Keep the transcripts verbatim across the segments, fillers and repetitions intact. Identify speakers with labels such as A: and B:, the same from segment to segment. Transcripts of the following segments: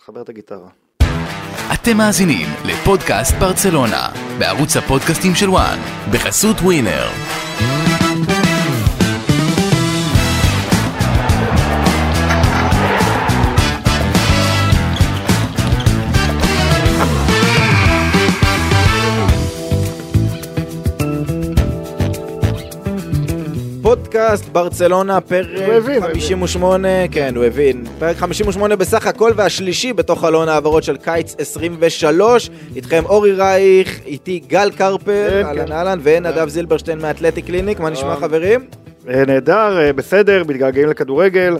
A: חבר את הגיטרה.
B: אתם מאזינים לפודקאסט ברצלונה, בערוץ הפודקאסטים של וואן, בחסות ווינר.
C: פודקאסט ברצלונה, פרק חמישים ושמונה, כן, הוא הבין, פרק חמישים ושמונה בסך הכל, והשלישי בתוך חלון העברות של קיץ עשרים ושלוש, איתכם אורי רייך, איתי גל קרפר, אהלן אהלן, ונדב זילברשטיין מאתלטיק קליניק. מה נשמע חברים?
A: נהדר, בסדר, מתגעגעים לכדורגל.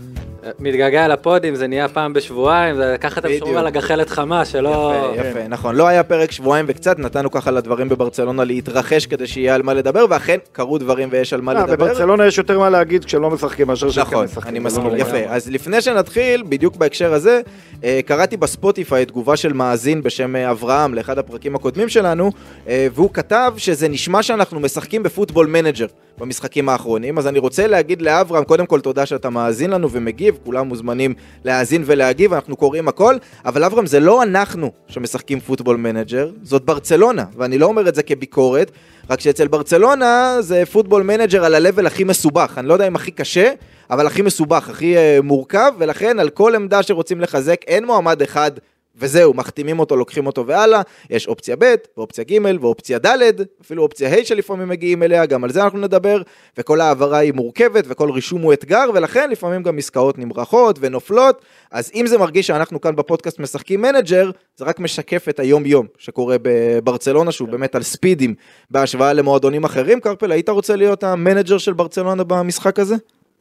D: מתגעגע לפודים, זה נהיה פעם בשבועיים, זה ככה אתם שומעים על הגחלת חמה שלא...
C: יפה, יפה, נכון, לא היה פרק שבועיים וקצת, נתנו ככה לדברים בברצלונה להתרחש כדי שיהיה על מה לדבר, ואכן קרו דברים ויש על מה לדבר.
A: בברצלונה יש יותר מה להגיד כשלא משחקים מאשר שכן משחקים.
C: נכון, אני מסכים, יפה. אז לפני שנתחיל, בדיוק בהקשר הזה, קראתי בספוטיפיי תגובה של מאזין בשם אברהם לאחד הפרקים הקודמים שלנו, והוא כתב שזה נשמע שאנחנו משחקים בפוטבול מנג'ר במשחקים האחרונים, אז אני רוצה להגיד לאברהם, קודם כל תודה שאתה מאזין לנו ומגיב, כולם מוזמנים להאזין ולהגיב, אנחנו קוראים הכל, אבל אברהם, זה לא אנחנו שמשחקים פוטבול מנג'ר, זאת ברצלונה, ואני לא אומר את זה כביקורת, רק שאצל ברצלונה זה פוטבול מנג'ר על הלבל הכי מסובך, אני לא יודע אם הכי קשה, אבל הכי מסובך, הכי מורכב, ולכן על כל עמדה שרוצים לחזק, אין מועמד אחד, וזהו, מחתימים אותו, לוקחים אותו והלאה, יש אופציה ב' ואופציה ג' ואופציה ד', אפילו אופציה ה' שלפעמים מגיעים אליה, גם על זה אנחנו נדבר, וכל העברה היא מורכבת, וכל רישום הוא אתגר, ולכן לפעמים גם עסקאות נמרחות ונופלות, אז אם זה מרגיש שאנחנו כאן בפודקאסט משחקים מנג'ר, זה רק משקף את היום-יום שקורה בברצלונה, שהוא באמת על ספידים, בהשוואה למועדונים אחרים. קרפל, היית רוצה להיות המנג'ר של ברצלונה במשחק הזה?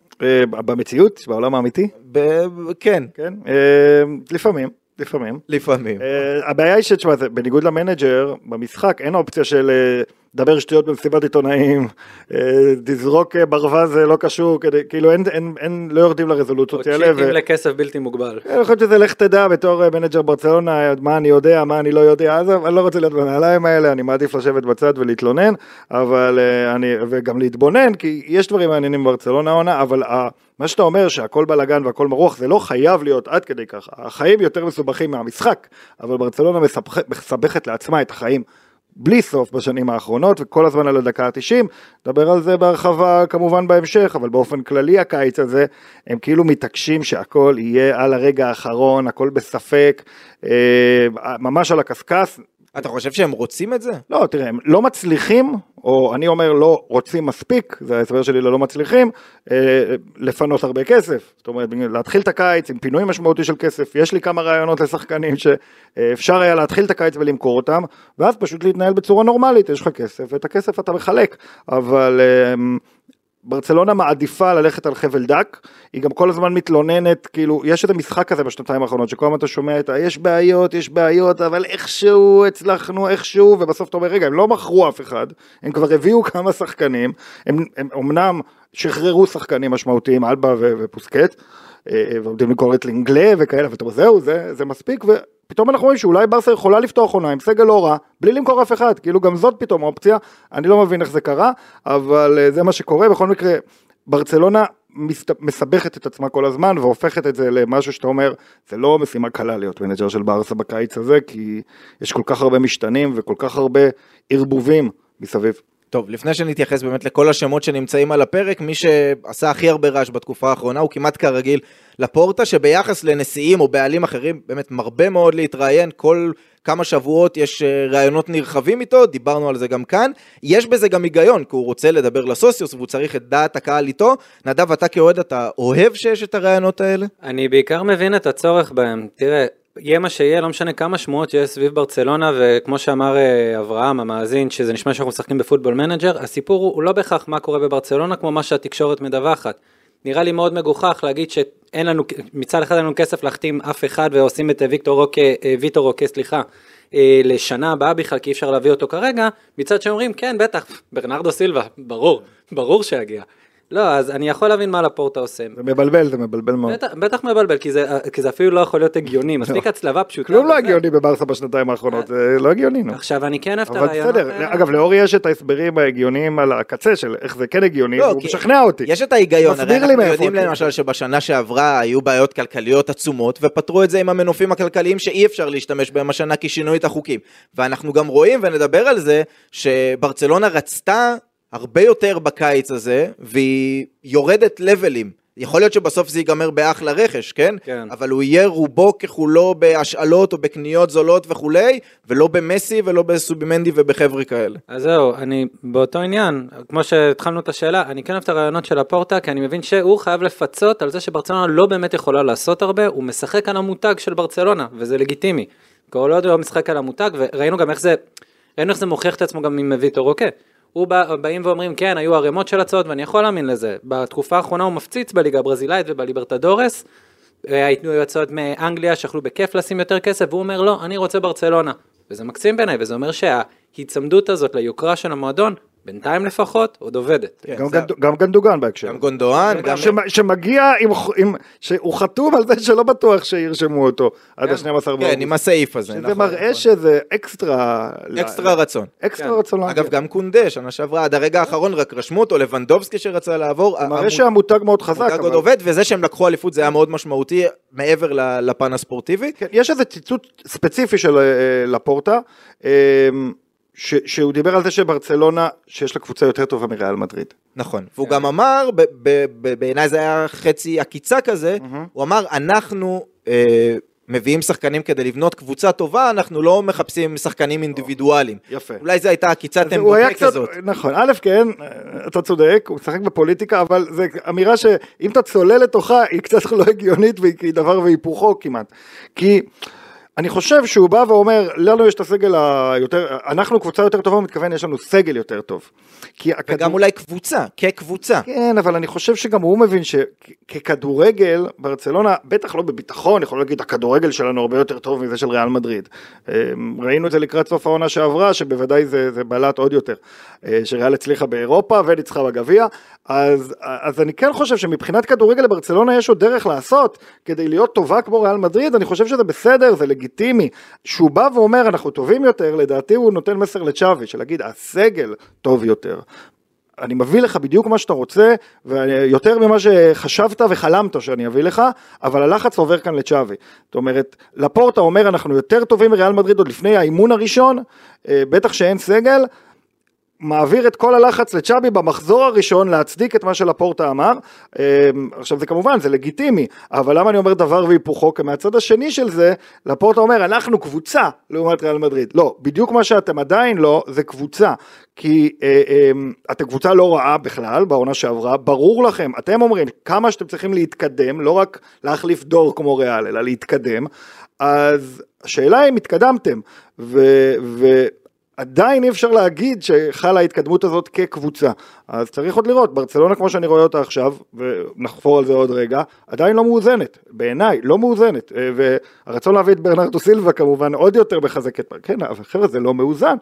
A: במציאות, בעולם האמיתי?
C: כן.
A: כן, לפעמים. לפעמים.
C: לפעמים.
A: Uh, הבעיה היא שתשמע, בניגוד למנג'ר, במשחק אין אופציה של uh, דבר שטויות במסיבת עיתונאים, uh, תזרוק uh, ברווז זה לא קשור, כדי, כאילו אין, אין, אין, לא יורדים לרזולוציות האלה.
D: עוד שיטים לכסף בלתי מוגבל.
A: אני חושב שזה לך תדע בתור uh, מנג'ר ברצלונה, מה אני יודע, מה אני לא יודע, אז אני לא רוצה להיות בנעליים האלה, אני מעדיף לשבת בצד ולהתלונן, אבל uh, אני, וגם להתבונן, כי יש דברים מעניינים ברצלונה עונה, אבל ה... מה שאתה אומר שהכל בלגן והכל מרוח, זה לא חייב להיות עד כדי ככה. החיים יותר מסובכים מהמשחק, אבל ברצלונה מסבכת לעצמה את החיים בלי סוף בשנים האחרונות, וכל הזמן על הדקה ה-תשעים, דבר על זה בהרחבה כמובן בהמשך, אבל באופן כללי הקיץ הזה, הם כאילו מתעקשים שהכל יהיה על הרגע האחרון, הכל בספק, ממש על הקסקס.
C: אתה חושב שהם רוצים את זה?
A: לא, תראה, הם לא מצליחים, או אני אומר לא רוצים מספיק, זה ההסבר שלי ללא מצליחים, אה, לפנות הרבה כסף. זאת אומרת, להתחיל את הקיץ עם פינוי משמעותי של כסף, יש לי כמה רעיונות לשחקנים שאפשר היה להתחיל את הקיץ ולמכור אותם, ואז פשוט להתנהל בצורה נורמלית, יש לך כסף, ואת הכסף אתה מחלק, אבל... אה, ברצלונה מעדיפה ללכת על חבל דק, היא גם כל הזמן מתלוננת, כאילו, יש את המשחק הזה בשנתיים האחרונות, שכל הזמן אתה שומע את ה, יש בעיות, יש בעיות, אבל איכשהו הצלחנו, איכשהו, ובסוף אתה אומר, רגע, הם לא מכרו אף אחד, הם כבר הביאו כמה שחקנים, הם, הם אומנם שחררו שחקנים משמעותיים, אלבה ו- ופוסקט, ועומדים לקרוא את לינגלה וכאלה, ואתה אומר, זהו, זה, זה מספיק, ופתאום אנחנו רואים שאולי ברסה יכולה לפתוח עונה עם סגל לא רע, בלי למכור אף אחד, כאילו גם זאת פתאום אופציה, אני לא מבין איך זה קרה, אבל זה מה שקורה, בכל מקרה, ברצלונה מסבכת את עצמה כל הזמן, והופכת את זה למשהו שאתה אומר, זה לא משימה קלה להיות מנג'ר של ברסה בקיץ הזה, כי יש כל כך הרבה משתנים, וכל כך הרבה ערבובים מסביב.
C: טוב, לפני שנתייחס באמת לכל השמות שנמצאים על הפרק, מי שעשה הכי הרבה רעש בתקופה האחרונה, הוא כמעט כרגיל לפורטה, שביחס לנשיאים או בעלים אחרים, באמת מרבה מאוד להתראיין, כל כמה שבועות יש רעיונות נרחבים איתו, דיברנו על זה גם כאן, יש בזה גם היגיון, כי הוא רוצה לדבר לסוסיוס, והוא צריך את דעת הקהל איתו. נדב, אתה כאוהד, אתה אוהב שיש את הרעיונות האלה?
D: אני בעיקר מבין את הצורך בהם, תראה, יהיה מה שיהיה, לא משנה כמה שמועות שיש סביב ברצלונה, וכמו שאמר אברהם, המאזין, שזה נשמע שאנחנו משחקים בפוטבול מנג'ר, הסיפור הוא, הוא לא בהכרח מה קורה בברצלונה, כמו מה שהתקשורת מדווחת. נראה לי מאוד מגוחך להגיד שאין לנו, מצד אחד אין לנו כסף להחתים אף אחד, ועושים את ויקטור רוקה, ויטור רוקה, סליחה, לשנה הבאה בכלל, כי אי אפשר להביא אותו כרגע, מצד שאומרים, כן, בטח, ברנרדו סילבה, ברור, ברור שיגיע. לא, אז אני יכול להבין מה לפורטה עושה.
A: זה מבלבל, זה מבלבל מאוד.
D: בטח, בטח מבלבל, כי זה, כי זה אפילו לא יכול להיות הגיוני, מספיק הצלבה פשוטה.
A: כלום לא הגיוני בברסה בשנתיים האחרונות, זה לא הגיוני. נו.
D: עכשיו, אני כן אוהב את
A: אבל
D: הרעיונות.
A: בסדר, אגב, לאורי יש את ההסברים ההגיוניים על הקצה של איך זה כן הגיוני,
C: לא,
A: והוא
C: כי-
A: משכנע אותי.
C: יש את ההיגיון,
A: מסביר
C: הרי
A: לי
C: אנחנו
A: מאיפה
C: יודעים
A: זה.
C: למשל שבשנה שעברה היו בעיות כלכליות עצומות, ופתרו את זה עם המנופים הכלכליים שאי אפשר להשתמש בהם השנה כי שינו את החוקים. ואנחנו גם רואים ונדבר על זה שברצלונה רצתה הרבה יותר בקיץ הזה, והיא יורדת לבלים. יכול להיות שבסוף זה ייגמר באחלה רכש, כן?
D: כן.
C: אבל הוא יהיה רובו ככולו בהשאלות או בקניות זולות וכולי, ולא במסי ולא בסובימנדי ובחברי כאלה.
D: אז זהו, אני באותו עניין, כמו שהתחלנו את השאלה, אני כן אוהב את הרעיונות של הפורטה, כי אני מבין שהוא חייב לפצות על זה שברצלונה לא באמת יכולה לעשות הרבה, הוא משחק על המותג של ברצלונה, וזה לגיטימי. כל עוד הוא משחק על המותג, וראינו גם איך זה, ראינו איך זה מוכיח את עצמו גם עם ויטור רוקה. הוא בא, באים ואומרים, כן, היו הרמות של הצעות, ואני יכול להאמין לזה. בתקופה האחרונה הוא מפציץ בליגה הברזילאית ובליברטדורס, היתנו יוצאות מאנגליה שאכלו בכיף לשים יותר כסף, והוא אומר, לא, אני רוצה ברצלונה. וזה מקסים בעיניי, וזה אומר שההצמדות הזאת ליוקרה של המועדון, בינתיים לפחות, עוד עובדת.
A: גם גנד- גם גנדוגן בהקשר.
C: גם גונדואן, גם...
A: שמ- שמגיע עם, עם, שהוא חתום על זה שלא בטוח שירשמו אותו עד ה-שנים עשר באוגוסט.
C: כן, עם הסעיף הזה.
A: שזה
C: נכון,
A: מראה
C: נכון.
A: שזה אקסטרה...
C: אקסטרה רצון.
A: אקסטרה רצון.
C: אגב, גם קונדה, שנה שעברה, עד הרגע האחרון רק רשמו אותו, לבנדובסקי שרצה לעבור.
A: זה מראה
C: המות-
A: שהמותג מאוד חזק.
C: המותג עוד
A: אבל-
C: עובד, וזה שהם לקחו אליפות זה היה מאוד משמעותי, מעבר ל- לפן הספורטיבי.
A: כן, יש איזה ציטוט ספציפי של אה, לפורטה, אה, ש, שהוא דיבר על זה שברצלונה, שיש לה קבוצה יותר טובה מריאל מדריד.
C: נכון. והוא גם אמר, ב- ב- ב- בעיניי זה היה חצי עקיצה כזה, הוא אמר, אנחנו... אה, מביאים שחקנים כדי לבנות קבוצה טובה, אנחנו לא מחפשים שחקנים אינדיבידואליים.
A: יפה.
C: אולי זו הייתה עקיצת
A: הוא היה
C: אמבפה
A: קצת,
C: כזאת.
A: נכון, א' כן, אתה צודק, הוא משחק בפוליטיקה, אבל זו אמירה שאם אתה צולל לתוכה, היא קצת לא הגיונית, והיא דבר והיפוכו כמעט. כי אני חושב שהוא בא ואומר, לנו יש את הסגל היותר, אנחנו קבוצה יותר טובה, הוא מתכוון, יש לנו סגל יותר טוב. כי הכדור...
C: וגם אולי קבוצה, כקבוצה.
A: כן, אבל אני חושב שגם הוא מבין שככדורגל, ברצלונה, בטח לא בביטחון, יכול להגיד, הכדורגל שלנו הרבה יותר טוב מזה של ריאל מדריד. ראינו את זה לקראת סוף העונה שעברה, שבוודאי זה, זה בלט עוד יותר, שריאל הצליחה באירופה וניצחה בגביע, אז, אז אני כן חושב שמבחינת כדורגל לברצלונה יש עוד דרך לעשות, כדי להיות טובה כמו ריאל מדריד, אני חושב שזה בסדר, זה לגיטימי. שהוא בא ואומר, אנחנו טובים יותר, לדעתי הוא נותן מסר לצ'אבי, שלהגיד, הסגל טוב יותר. אני מביא לך בדיוק מה שאתה רוצה, ויותר ממה שחשבת וחלמת שאני אביא לך, אבל הלחץ עובר כאן לצ'אבי. זאת אומרת, לפורטה אומר, אנחנו יותר טובים מריאל מדריד עוד לפני האימון הראשון, בטח שאין סגל, מעביר את כל הלחץ לצ'אבי במחזור הראשון להצדיק את מה שלפורטה אמר. עכשיו זה כמובן, זה לגיטימי, אבל למה אני אומר דבר והיפוכו? כי מהצד השני של זה, לפורטה אומר, אנחנו קבוצה לעומת ריאל מדריד. לא, בדיוק מה שאתם עדיין לא, זה קבוצה. כי אה, אה, אתם קבוצה לא רעה בכלל, בעונה שעברה, ברור לכם, אתם אומרים כמה שאתם צריכים להתקדם, לא רק להחליף דור כמו ריאל, אלא להתקדם, אז השאלה אם התקדמתם, ו... ו עדיין אי אפשר להגיד שחלה ההתקדמות הזאת כקבוצה, אז צריך עוד לראות, ברצלונה כמו שאני רואה אותה עכשיו, ונחפור על זה עוד רגע, עדיין לא מאוזנת, בעיניי לא מאוזנת, והרצון להביא את ברנרדו סילבה כמובן עוד יותר מחזק את, כן, אבל חבר'ה זה לא מאוזן,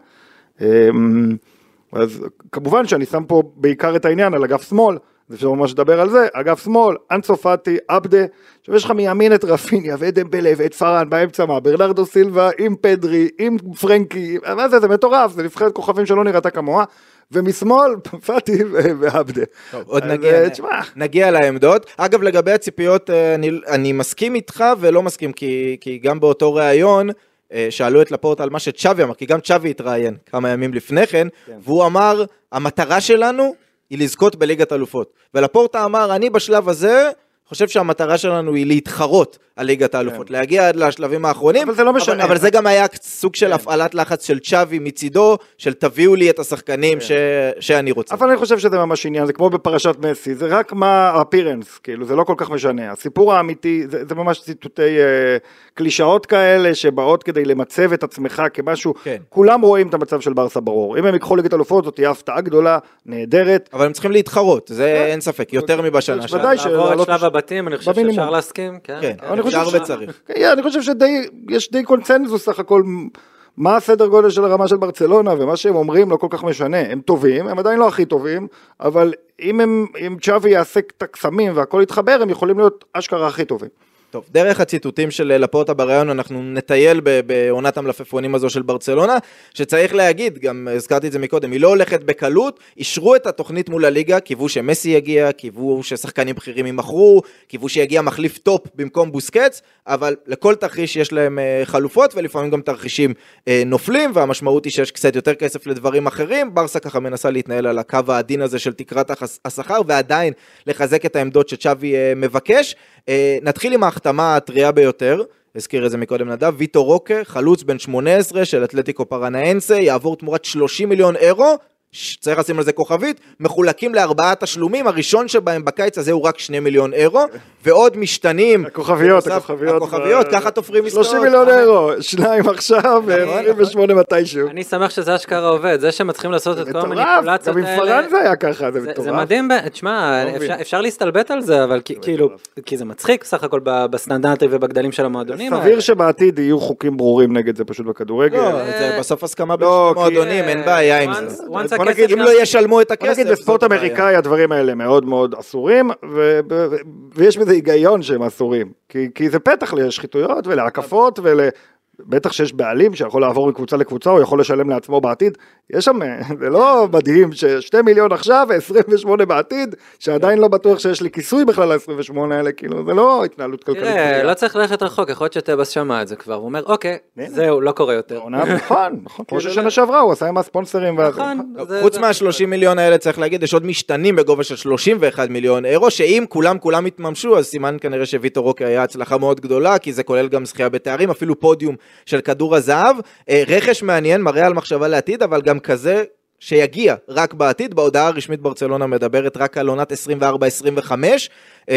A: אז כמובן שאני שם פה בעיקר את העניין על אגף שמאל, זה אפשר ממש לדבר על זה, אגף שמאל, אנסו פאטי, עבדה, עכשיו יש לך מימין את רפיניה ואת דמבלה ואת פארן באמצע מה, ברנרדו סילבה עם פדרי, עם פרנקי, מה זה, זה מטורף, זה נבחרת כוכבים שלא נראתה כמוה, ומשמאל, פאטי ועבדה.
C: טוב, עוד נגיע, נגיע לעמדות. אגב, לגבי הציפיות, אני, אני מסכים איתך ולא מסכים, כי, כי גם באותו ראיון, שאלו את לפורטה על מה שצ'אבי אמר, כי גם צ'אבי התראיין כמה ימים לפני כן, כן. והוא אמר, המטרה שלנו היא לזכות בליגת אלופות. ולפורטה אמר, אני בשלב הזה חושב שהמטרה שלנו היא להתחרות על ליגת האלופות, כן. להגיע עד לשלבים האחרונים,
A: אבל זה לא משנה.
C: אבל, אבל זה גם היה סוג של כן. הפעלת לחץ של צ'אבי מצידו, של תביאו לי את השחקנים כן. ש... שאני רוצה.
A: אבל אני חושב שזה ממש עניין, זה כמו בפרשת מסי, זה רק מה האפירנס, כאילו, זה לא כל כך משנה. הסיפור האמיתי, זה, זה ממש ציטוטי אה, קלישאות כאלה, שבאות כדי למצב את עצמך כמשהו, כן. כולם רואים את המצב של ברסה ברור. אם הם יקחו ליגת אלופות, זאת תהיה הפתעה גדולה, נהדרת.
C: אבל הם צריכים להתחרות, זה כן. אין ספק, יותר מבשנה.
D: לעבור את שלב הבתים, אני חושב שאפשר להסכים, כן.
C: כן, אפשר וצריך.
A: אני חושב שיש די קונצנזוס סך הכל, מה הסדר גודל של הרמה של ברצלונה, ומה שהם אומרים לא כל כך משנה, הם טובים, הם עדיין לא הכי טובים, אבל אם הם, אם צ'אבי יעשה את הקסמים והכל יתחבר, הם יכולים להיות אשכרה הכי טובים.
C: טוב, דרך הציטוטים של לפורטה בראיון, אנחנו נטייל בעונת המלפפונים הזו של ברצלונה, שצריך להגיד, גם הזכרתי את זה מקודם, היא לא הולכת בקלות, אישרו את התוכנית מול הליגה, קיוו שמסי יגיע, קיוו ששחקנים בכירים ימחרו, קיוו שיגיע מחליף טופ במקום בוסקץ, אבל לכל תרחיש יש להם חלופות, ולפעמים גם תרחישים נופלים, והמשמעות היא שיש קצת יותר כסף לדברים אחרים, ברסה ככה מנסה להתנהל על הקו העדין הזה של תקרת השכר, ועדיין לחזק את העמדות שצ'אבי מבקש. נתחיל עם ההחתמה הטריה ביותר, הזכיר את זה מקודם נדב, ויטור רוקה, חלוץ בן שמונה עשרה של אתלטיקו פרנאנסה, יעבור תמורת שלושים מיליון אירו, צריך לשים על זה כוכבית, מחולקים לארבעה תשלומים, הראשון שבהם בקיץ הזה הוא רק שני מיליון אירו, ועוד משתנים.
A: הכוכביות, הכוכביות.
C: הכוכביות, ככה תופרים עסקאות.
A: שלושים מיליון אירו, שניים עכשיו, עשרים ושמונה מתישהו.
D: אני שמח שזה אשכרה עובד, זה שמתחילים לעשות את כל המניפולציות
A: האלה. גם עם פרן זה היה ככה, זה מטורף.
D: זה מדהים, תשמע, אפשר להסתלבט על זה, אבל כאילו, כי זה מצחיק סך הכל בסטנדרטים ובגדלים של המועדונים.
A: סביר שבעתיד יהיו חוקים ברורים נגד זה פשוט בכדורגל.
C: זה בסוף הסכמה בין מועדונים, אין בעיה עם זה.
D: בוא
C: נגיד, אם לא ישלמו את הכסף.
A: בוא נגיד, בספורט אמריקאי הדברים האלה מאוד מאוד אסורים, ויש בזה היגיון שהם אסורים, כי זה פתח לשחיתויות ולהקפות ול... בטח שיש בעלים שיכול לעבור מקבוצה לקבוצה, הוא יכול לשלם לעצמו בעתיד, יש שם, זה לא מדהים ששתי מיליון עכשיו ו-עשרים ושמונה בעתיד, שעדיין לא בטוח שיש לי כיסוי בכלל ל-עשרים ושמונה האלה, כאילו, זה לא התנהלות כלכלית.
D: תראה, לא צריך ללכת רחוק, יכול להיות שטבס שמע את זה כבר, הוא אומר, אוקיי, זהו, לא קורה יותר.
A: נכון, נכון, כמו ששנה שעברה, הוא עשה עם הספונסרים.
C: חוץ מה-שלושים מיליון האלה צריך להגיד, יש עוד משתנים בגובה של שלושים ואחד מיליון אירו, שאם כולם כולם יתממשו, אז סימן כנראה שוויטור רוקה היה הצלחה מאוד גדולה, כי זה כולל גם זכייה בתארים, אפילו פודיום של כדור הזהב, רכש מעניין, מראה על מחשבה לעתיד, אבל גם כזה שיגיע רק בעתיד, בהודעה הרשמית ברצלונה מדברת רק על עונת עשרים וארבע עשרים וחמש,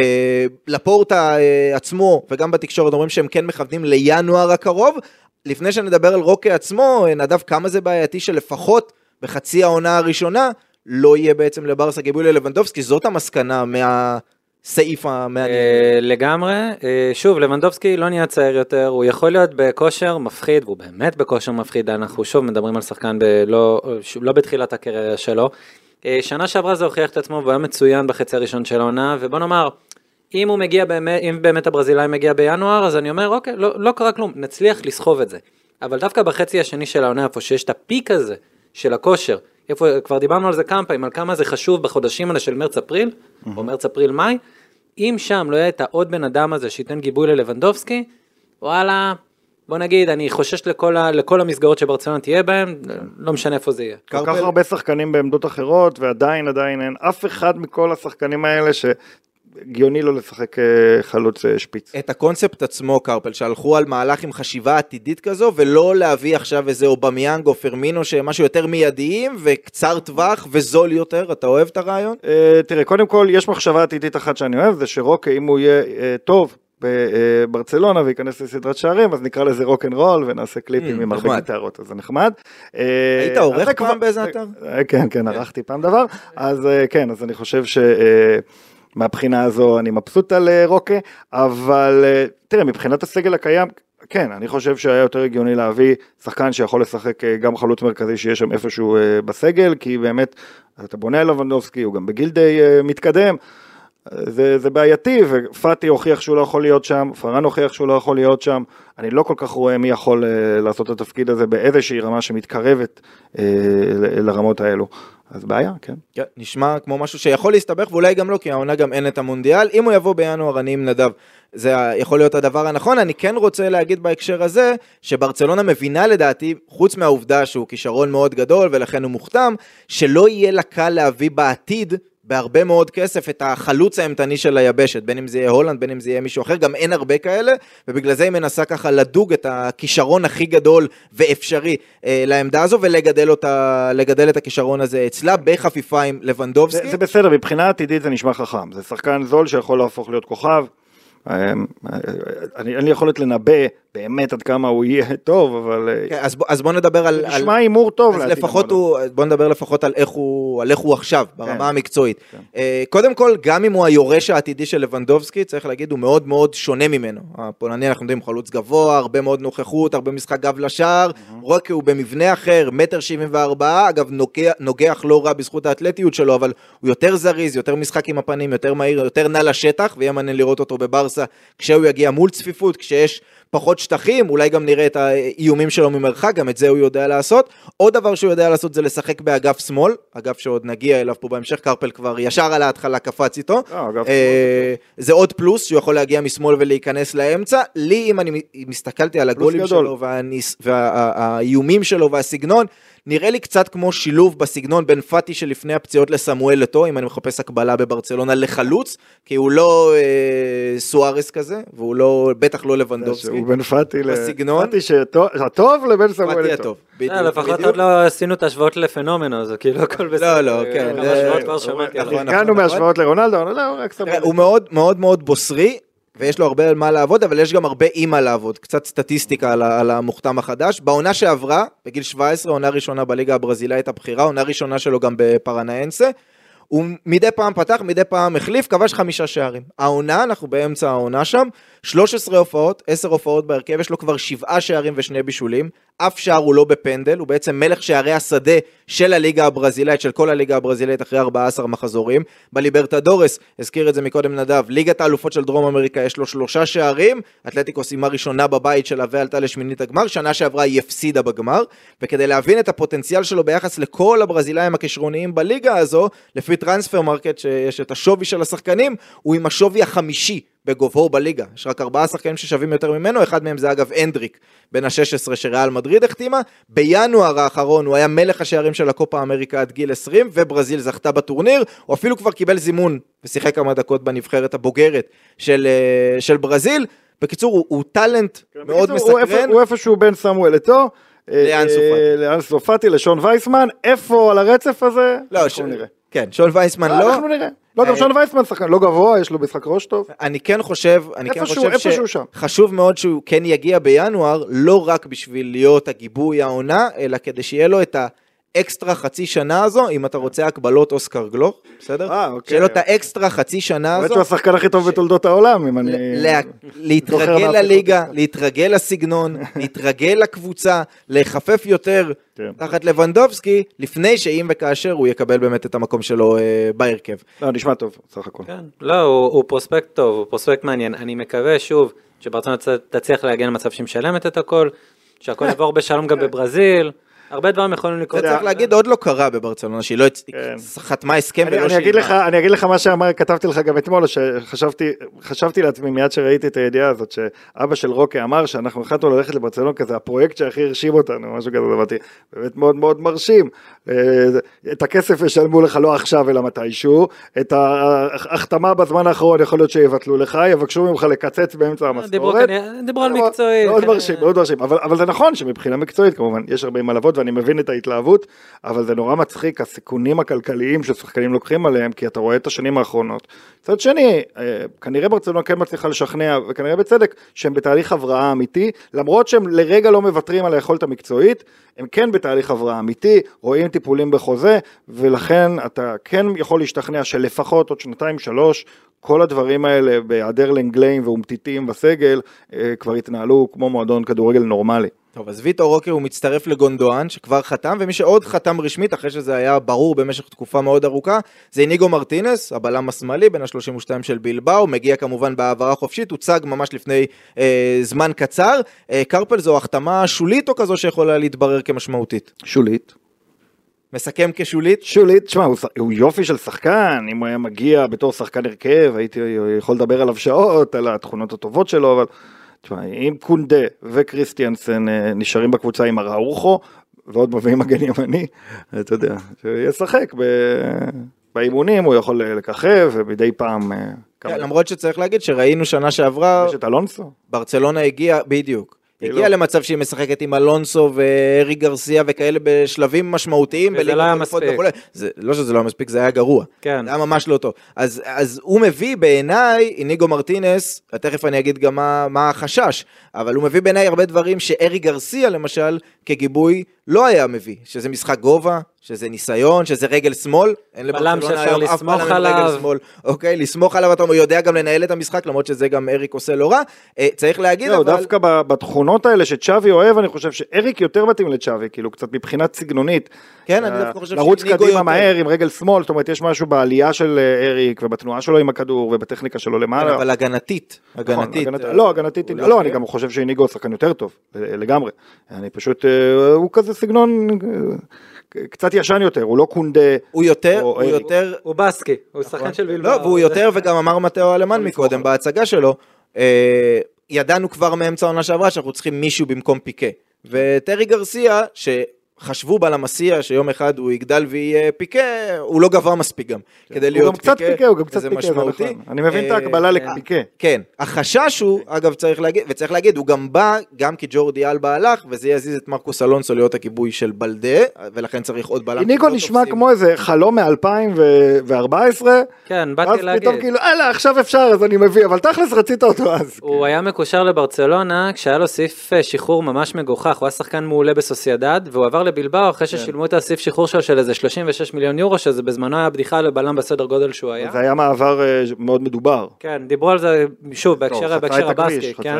C: לפורטה עצמו, וגם בתקשורת אומרים שהם כן מכוונים לינואר הקרוב, לפני שנדבר על רוקה עצמו, נדב כמה זה בעייתי שלפחות בחצי העונה הראשונה, לא יהיה בעצם לברסה גיבוי ללבנדובסקי, זאת המסקנה מה... סעיף המעניין.
D: לגמרי, שוב, לבנדובסקי לא נהיה צעיר יותר, הוא יכול להיות בכושר מפחיד, והוא באמת בכושר מפחיד, אנחנו שוב מדברים על שחקן לא בתחילת הקריירה שלו, שנה שעברה זה הוכיח את עצמו, והוא היה מצוין בחצי הראשון של העונה, ובוא נאמר, אם הוא מגיע באמת, אם באמת הברזילאי מגיע בינואר, אז אני אומר, אוקיי, לא קרה כלום, נצליח לסחוב את זה, אבל דווקא בחצי השני של העונה, איפה שיש את הפיק הזה של הכושר, איפה, כבר דיברנו על זה כמה פעמים, על כמה זה חשוב בחודשים האלה של מרץ-אפריל, mm-hmm. או מרץ-אפריל-מאי, אם שם לא יהיה את העוד בן אדם הזה שייתן גיבוי ללבנדובסקי, וואלה, בוא נגיד, אני חושש לכל, ה, לכל המסגרות שברצלונה תהיה בהם, לא משנה איפה זה יהיה.
A: כל כך הרבה שחקנים בעמדות אחרות, ועדיין עדיין אין אף אחד מכל השחקנים האלה ש... גיוני לא לשחק חלוץ שפיץ.
C: את הקונספט עצמו, קרפל, שהלכו על מהלך עם חשיבה עתידית כזו, ולא להביא עכשיו איזה אובמיאנג או פרמינו, שמשהו יותר מיידיים, וקצר טווח וזול יותר. אתה אוהב את הרעיון?
A: תראה, קודם כל, יש מחשבה עתידית אחת שאני אוהב, זה שרוקה, אם הוא יהיה טוב בברצלונה, וייכנס לסדרת שערים, אז נקרא לזה רוק אנד רול, ונעשה קליפים עם הרבה גיטרות, אז זה נחמד.
C: היית עורך פעם באיזה אתר?
A: כן, כן, ערכתי פעם דבר. אז כן, אז אני חושב ש... מהבחינה הזו אני מבסוט על רוקה, אבל תראה, מבחינת הסגל הקיים, כן, אני חושב שהיה יותר הגיוני להביא שחקן שיכול לשחק גם חלוץ מרכזי שיש שם איפשהו בסגל, כי באמת אתה בונה על לבנדובסקי, הוא גם בגיל די מתקדם, זה, זה בעייתי, ופאטי הוכיח שהוא לא יכול להיות שם, פרן הוכיח שהוא לא יכול להיות שם, אני לא כל כך רואה מי יכול לעשות את התפקיד הזה באיזושהי רמה שמתקרבת לרמות האלו. אז בעיה, כן.
C: כן, נשמע כמו משהו שיכול להסתבך, ואולי גם לא, כי העונה גם אין את המונדיאל. אם הוא יבוא בינואר, אני עם נדב, זה יכול להיות הדבר הנכון. אני כן רוצה להגיד בהקשר הזה, שברצלונה מבינה לדעתי, חוץ מהעובדה שהוא כישרון מאוד גדול, ולכן הוא מוכתם, שלא יהיה לה קל להביא בעתיד, בהרבה מאוד כסף, את החלוץ האמתני של היבשת, בין אם זה יהיה הולנד, בין אם זה יהיה מישהו אחר, גם אין הרבה כאלה, ובגלל זה היא מנסה ככה לדוג את הכישרון הכי גדול ואפשרי אה, לעמדה הזו, ולגדל אותה, לגדל את הכישרון הזה אצלה, בחפיפה עם לבנדובסקי.
A: זה, זה בסדר, מבחינה עתידית זה נשמע חכם, זה שחקן זול שיכול להפוך להיות כוכב, אני, אין לי יכולת לנבא באמת עד כמה הוא יהיה טוב, אבל...
C: כן, אז, בוא, אז בוא נדבר על...
A: נשמע הימור טוב.
C: אז לפחות הוא, בוא נדבר לפחות על איך הוא, על איך הוא עכשיו, ברמה כן. המקצועית. כן. Uh, קודם כל, גם אם הוא היורש העתידי של לבנדובסקי, צריך להגיד, הוא מאוד מאוד שונה ממנו. הפולני, אנחנו יודעים, חלוץ גבוה, הרבה מאוד נוכחות, הרבה משחק גב לשער, mm-hmm. רוקי הוא במבנה אחר, מטר שבעים וארבעה, אגב, נוגח, נוגח לא רע בזכות האתלטיות שלו, אבל הוא יותר זריז, יותר משחק עם הפנים, יותר מהיר, יותר נע לשטח, ויהיה מעניין לראות אותו בברסה, כשהוא יגיע מול צפיפות, כשיש פחות שטחים, אולי גם נראה את האיומים שלו ממרחק, גם את זה הוא יודע לעשות. עוד דבר שהוא יודע לעשות זה לשחק באגף שמאל, אגף שעוד נגיע אליו פה בהמשך, קרפל כבר ישר על ההתחלה קפץ איתו. זה עוד פלוס שהוא יכול להגיע משמאל ולהיכנס לאמצע. לי, אם אני מסתכלתי על הגולים שלו והאיומים שלו והסגנון, נראה לי קצת כמו שילוב בסגנון בין פאטי שלפני הפציעות לסמואל לטו, אם אני מחפש הקבלה בברצלונה לחלוץ, כי הוא לא אה, סוארס כזה, והוא לא, בטח לא לבנדובסקי.
A: הוא בין פאטי
C: בסגנון.
A: פאטי שהטוב לבין סמואל לטו.
D: לפחות עוד לא עשינו את השוואות לפנומנו, זה כאילו הכל בסדר.
C: לא, לא, כן.
D: כמה השוואות כבר שמעתי.
A: הגענו מהשוואות לרונלדו,
C: הוא מאוד מאוד מאוד בוסרי, ויש לו הרבה מה לעבוד, אבל יש גם הרבה אימא לעבוד, קצת סטטיסטיקה על, על המוכתם החדש. בעונה שעברה, בגיל שבע עשרה, עונה ראשונה בליגה הברזילאית הבחירה, עונה ראשונה שלו גם בפרנאנסה, הוא מדי פעם פתח, מדי פעם החליף, כבש חמישה שערים. העונה, אנחנו באמצע העונה שם, שלוש עשרה הופעות, עשר הופעות בהרכב, יש לו כבר שבעה שערים ושני בישולים, אף שער הוא לא בפנדל, הוא בעצם מלך שערי השדה של הליגה הברזילאית, של כל הליגה הברזילאית אחרי ארבעה עשר מחזורים. בליברטדורס, הזכיר את זה מקודם נדב, ליגת האלופות של דרום אמריקה יש לו שלושה שערים, אתלטיקו סיימה ראשונה בבית שלה ועלתה לשמינית הגמר, שנה שעברה היא הפסידה בגמר, וכדי להבין את הפוטנציאל שלו ביחס לכל הברזילאים הכישרוניים בליגה הזו, לפי טרנספר מרקט שיש את השווי של השחקנים, הוא עם השווי החמישי בגובהו בליגה. יש רק ארבעה שחקנים ששווים יותר ממנו, אחד מהם זה אגב אנדריק, בן ה-שש עשרה שריאל מדריד החתימה, בינואר האחרון הוא היה מלך השערים של הקופה אמריקה עד גיל עשרים, וברזיל זכתה בטורניר, הוא אפילו כבר קיבל זימון, ושיחק כמה דקות בנבחרת הבוגרת של, של ברזיל. בקיצור, הוא, הוא טלנט מאוד
A: בקיצור,
C: מסקרן.
A: הוא איפשהו בין סמואל לטו, לאן סופטי, לשון וייסמן, איפה על הרצף הזה?
C: לא, ש... נראה. כן, שון וייסמן לא.
A: אנחנו נראה. לא, גם שון וייסמן שחקן, לא גבוה, יש לו משחק ראש טוב.
C: אני כן חושב, אני כן חושב שחשוב מאוד שהוא כן יגיע בינואר, לא רק בשביל להיות הגיבוי העונה, אלא כדי שיהיה לו את האקסטרה חצי שנה הזו, אם אתה רוצה הקבלות אוסקר גלוך, בסדר?
A: אה, אוקיי.
C: שיהיה לו את האקסטרה חצי שנה הזו.
A: הוא השחקן הכי טוב בתולדות העולם, אם אני...
C: להתרגל לליגה, להתרגל לסגנון, להתרגל לקבוצה, לחפף יותר תחת לבנדובסקי, לפני שאם וכאשר הוא יקבל באמת את המקום שלו בהרכב.
A: לא, נשמע טוב, סך הכל.
D: כן, לא, הוא פרוספקט טוב, הוא פרוספקט מעניין. אני מקווה שוב, שברצון תצליח להגיע למצב שהיא משלמת את הכל, שהכל יעבור בשלום גם בברזיל, הרבה דברים יכולים לקרות.
C: זה צריך להגיד, עוד לא קרה בברצלונה, שהיא לא חתמה הסכם ולא
A: שילמה. אני אגיד לך מה שאמר, כתבתי לך גם אתמול, שחשבתי לעצמי מיד שראיתי את הידיעה הזאת, שאבא של רוקי אמר שאנחנו החלטנו ללכת לברצלונה, כי זה הפרויקט שהכי הרשים אותנו, משהו כזה, אמרתי, באמת מאוד מאוד מרשים. את הכסף ישלמו לך לא עכשיו אלא מתישהו, את ההחתמה בזמן האחרון יכול להיות שיבטלו לך, יבקשו ממך לקצץ באמצע המשכורת.
D: דיברו על מקצועי.
A: מאוד מרשים, מאוד מרשים. אבל זה נכון שמבחינה מקצועית, כמובן, יש הרבה מה לעבוד, ואני מבין את ההתלהבות, אבל זה נורא מצחיק, הסיכונים הכלכליים ששחקנים לוקחים עליהם, כי אתה רואה את השנים האחרונות. צד שני, כנראה ברצלונה כן מצליחה לשכנע, וכנראה בצדק, שהם בתהליך הבראה אמיתי, למרות שהם לרגע לא מוותרים על היכולת המקצועית, הם כן בתהליך הבראה אמיתי, רואים טיפולים בחוזה, ולכן אתה כן יכול להשתכנע שלפחות עוד שנתיים, שלוש, כל הדברים האלה בהיעדר לנגליים ואומתיתים בסגל, כבר התנהלו כמו מועדון כדורגל נורמלי.
C: טוב, אז ויטור רוקר הוא מצטרף לגונדואן שכבר חתם, ומי שעוד חתם רשמית אחרי שזה היה ברור במשך תקופה מאוד ארוכה, זה איניגו מרטינס, הבלם השמאלי בין ה-שלושים ושתיים של בילבאו, מגיע כמובן בעברה חופשית, הוצג ממש לפני אה, זמן קצר. אה, קרפל זו החתמה שולית או כזו שיכולה להתברר כמשמעותית?
A: שולית.
C: מסכם כשולית?
A: שולית, תשמע, הוא, הוא יופי של שחקן, אם הוא היה מגיע בתור שחקן הרכב, הייתי יכול לדבר עליו שעות, על התכונות הטובות שלו, אבל תשמע, אם קונדה וקריסטיאנסן נשארים בקבוצה עם הראוחו, ועוד מביאים מגן ימני, אתה יודע, שישחק באימונים, הוא יכול לככב, ומדי פעם...
C: למרות שצריך להגיד שראינו שנה שעברה...
A: יש את אלונסו.
C: ברצלונה הגיעה, בדיוק. הגיע למצב שהיא משחקת עם אלונסו וארי גרסיה וכאלה בשלבים משמעותיים.
D: וזה לא היה מספיק.
C: זה, לא שזה לא היה מספיק, זה היה גרוע.
D: כן.
C: זה היה ממש לא טוב. אז, אז הוא מביא בעיניי, איניגו מרטינס, תכף אני אגיד גם מה, מה החשש, אבל הוא מביא בעיניי הרבה דברים שארי גרסיה למשל, כגיבוי, לא היה מביא. שזה משחק גובה, שזה ניסיון, שזה רגל שמאל.
D: בלם שאפשר לסמוך עליו.
C: אוקיי, לסמוך עליו, הוא יודע גם לנהל את המשחק, למרות שזה גם אריק עושה לא רע. צריך להגיד,
A: אבל... דווקא בתכונות האלה שצ'אבי אוהב, אני חושב שאריק יותר מתאים לצ'אבי, כאילו קצת מבחינת סגנונית.
C: כן, אני דווקא חושב
A: לרוץ קדימה מהר עם רגל שמאל, זאת אומרת, יש משהו בעלייה של אריק, ובתנועה שלו עם הכדור, ובטכניקה שלו למעלה.
C: אבל הגנתית, הגנתית.
A: לא, הגנתית, לא, אני גם חושב שאיניגו שחקן יותר טוב, לגמרי. אני פשוט, הוא כזה סגנון קצת ישן יותר, הוא לא קונדה.
C: הוא יותר, הוא יותר...
D: הוא בסקי, הוא שחקן של בלבאו.
C: לא, והוא יותר, וגם אמר מתאו אלמן מקודם, בהצגה שלו, ידענו כבר מאמצע העונה שעברה, שאנחנו צריכים מישהו במקום פיקה. וטרי גרסיה, שחשבו בלמסיה, שיום אחד הוא יגדל ויהיה פיקה, הוא לא גבוה מספיק גם, כדי להיות פיקה.
A: הוא גם קצת פיקה, הוא גם קצת פיקה, זה נכון. אני מבין את ההקבלה לפיקה.
C: כן, החשש הוא, אגב צריך להגיד, וצריך להגיד, הוא גם בא, גם כי ג'ורדי אלבה הלך, וזה יזיז את מרקוס אלונסו להיות הכיבוי של בלדה, ולכן צריך עוד בלם.
A: איניגו נשמע כמו איזה חלום מ-אלפיים וארבע עשרה.
D: כן, באתי להגיד.
A: אז פתאום כאילו, אללה, עכשיו אפשר, אז אני מביא, אבל תכלס רצית אותו אז.
D: הוא היה מקושר לברצלונה, כשהיה לו סעיף שחרור ממש מגוחך, הוא היה שחקן מעולה בסוסיידד, והוא עבר לבלבאו אחרי ששילמו את הסעיף שחרור שלו של איזה שלושים ושש מיליון יורו, שזה בזמנו היה בדיחה לבלם בסדר גודל שהוא היה.
A: זה היה מעבר מאוד מדובר.
D: כן, דיברו על זה, שוב, בהקשר הבאסקי, כן?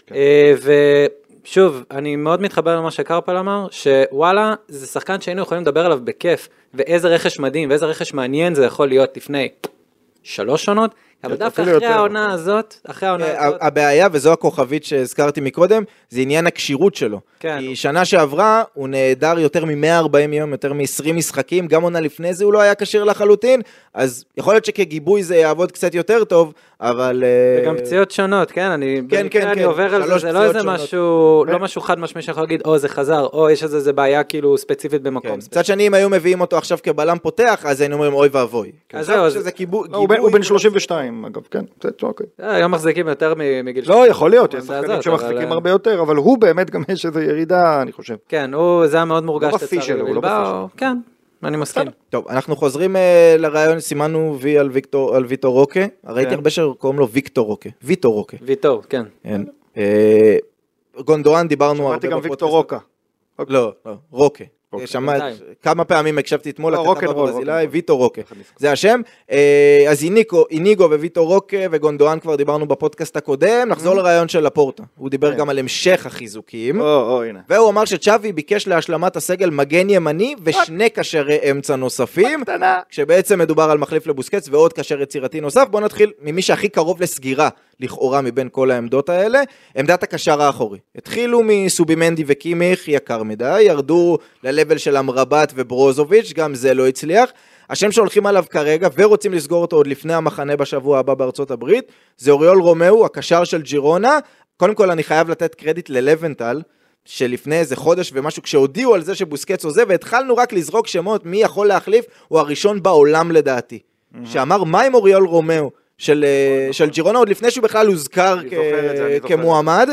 D: ושוב, אני מאוד מתחבר למה שקרפל אמר, שוואלה, זה שחקן שהיינו יכולים לדבר עליו בכיף, ואיזה רכש מדהים, ואיזה רכש מעניין זה יכול להיות לפני שלוש שונות, אבל דווקא אחרי העונה הזאת, אחרי העונה הזאת.
C: הבעיה, וזו הכוכבית שהזכרתי מקודם, זה עניין הקשירות שלו. כי שנה שעברה, הוא נהדר יותר מ-מאה וארבעים יום, יותר מ-עשרים משחקים, גם עונה לפני זה הוא לא היה קשיר לחלוטין, אז יכול להיות שכגיבוי זה יעבוד קצת יותר טוב, אבל...
D: וגם פציעות שונות, כן, אני במקרה אני עובר על זה, זה לא איזה משהו, לא משהו חד משמעי שיכול להגיד, או זה חזר, או יש איזה בעיה כאילו ספציפית במקום.
C: קצת שני, אם היו מביאים אותו עכשיו כבלם פותח, אז היינו אומרים, אוי ואבוי.
A: הוא בן שלושים ושתיים, אגב, כן, זה אוקיי.
D: היום מחזיקים יותר מגיל...
A: לא, יכול להיות, יש שחקנים שמחזיקים הרבה יותר, אבל הוא באמת גם יש איזו ירידה, אני חושב.
D: כן, זה היה מאוד מורגש לצערי בבלבאו, כן, אני מסכים.
C: טוב, אנחנו חוזרים לרעיון, סימנו וי על ויטור רוקה, ראיתי הרבה שקוראים לו ויקטור רוקה, ויטור רוקה.
D: ויטור, כן.
C: גונדואן דיברנו הרבה...
A: שמעתי גם ויקטור רוקה.
C: לא, לא, רוקה. כמה פעמים הקשבתי אתמול לכתב הברזילאי, ויטור רוקה, זה השם. אז איניגו וויטור רוקה וגונדואן כבר דיברנו בפודקאסט הקודם, נחזור לרעיון של לפורטה, הוא דיבר גם על המשך החיזוקים, והוא אמר שצ'אבי ביקש להשלמת הסגל מגן ימני ושני קשרי אמצע נוספים, כשבעצם מדובר על מחליף לבוסקץ ועוד קשר יצירתי נוסף. בואו נתחיל ממי שהכי קרוב לסגירה לכאורה מבין כל העמדות האלה, עמדת הקשר האחורי. התחילו מסובימנדי וקימיך, יקר מדי, ירדו ללבל של אמרבת וברוזוביץ', גם זה לא הצליח. השם שהולכים עליו כרגע ורוצים לסגור אותו עוד לפני המחנה בשבוע הבא בארצות הברית, זה אוריול רומאו, הקשר של ג'ירונה. קודם כל אני חייב לתת קרדיט ללוונטל, שלפני איזה חודש ומשהו, כשהודיעו על זה שבוסקץ עוזב, והתחלנו רק לזרוק שמות, מי יכול להחליף, הוא הראשון בעולם לדעתי, שאמר מה עם אוריול רומאו, של, של ג'ירונה, עוד לפני שהוא בכלל הוזכר כ, כמועמד.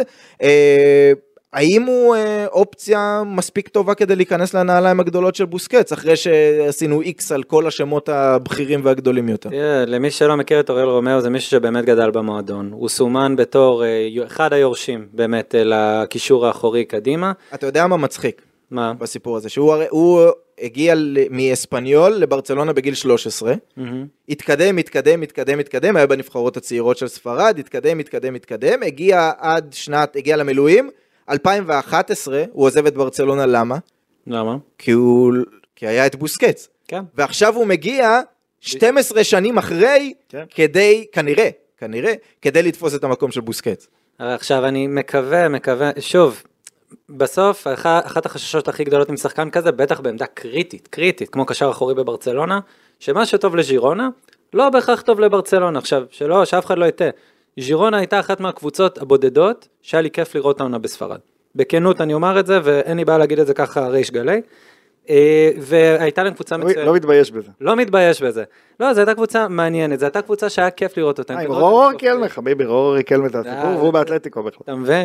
C: האם הוא אופציה מספיק טובה כדי להיכנס לנעליים הגדולות של בוסקץ, אחרי שעשינו איקס על כל השמות הבכירים והגדולים יותר?
D: למי שלא מכיר את אוריול רומאו, זה מישהו שבאמת גדל במועדון. הוא סומן בתור אחד היורשים באמת לקישור האחורי קדימה.
C: אתה יודע מה מצחיק?
D: מה?
C: בסיפור הזה, שהוא הוא הגיע מאספניול לברצלונה בגיל שלוש עשרה, התקדם, התקדם, התקדם, התקדם, היה בנבחרות הצעירות של ספרד, התקדם, התקדם, התקדם, הגיע עד שנת, הגיע למילואים, אלפיים ואחת עשרה הוא עוזב את ברצלונה, למה?
D: למה?
C: כי הוא, כי היה את בוסקץ.
D: כן.
C: ועכשיו הוא מגיע שתים עשרה שנים אחרי, כן. כדי, כנראה, כנראה, כדי לתפוס את המקום של בוסקץ.
D: עכשיו אני מקווה, מקווה, שוב, בסוף, אחת החששות הכי גדולות עם שחקן כזה, בטח בעמדה קריטית, קריטית, כמו קשר אחורי בברצלונה, שמה שטוב לג'ירונה, לא בהכרח טוב לברצלונה. עכשיו, שלא, שאף אחד לא יתה. ג'ירונה הייתה אחת מהקבוצות הבודדות, שהיה לי כיף לראות אותה בספרד. בכנות אני אומר את זה, ואין לי בעיה להגיד את זה ככה ריש גלי. והייתה להם קבוצה מצוינת.
A: לא מתבייש בזה.
D: לא מתבייש בזה. לא, זו הייתה קבוצה מעניינת, זו הייתה קבוצה שהיה כיף לראות אותה.
A: עם רורו ריקלמה, חביבי, רורו ריקלמה, זה הסיפור, והוא באתלטיקו בכלל.
D: אתה מבין?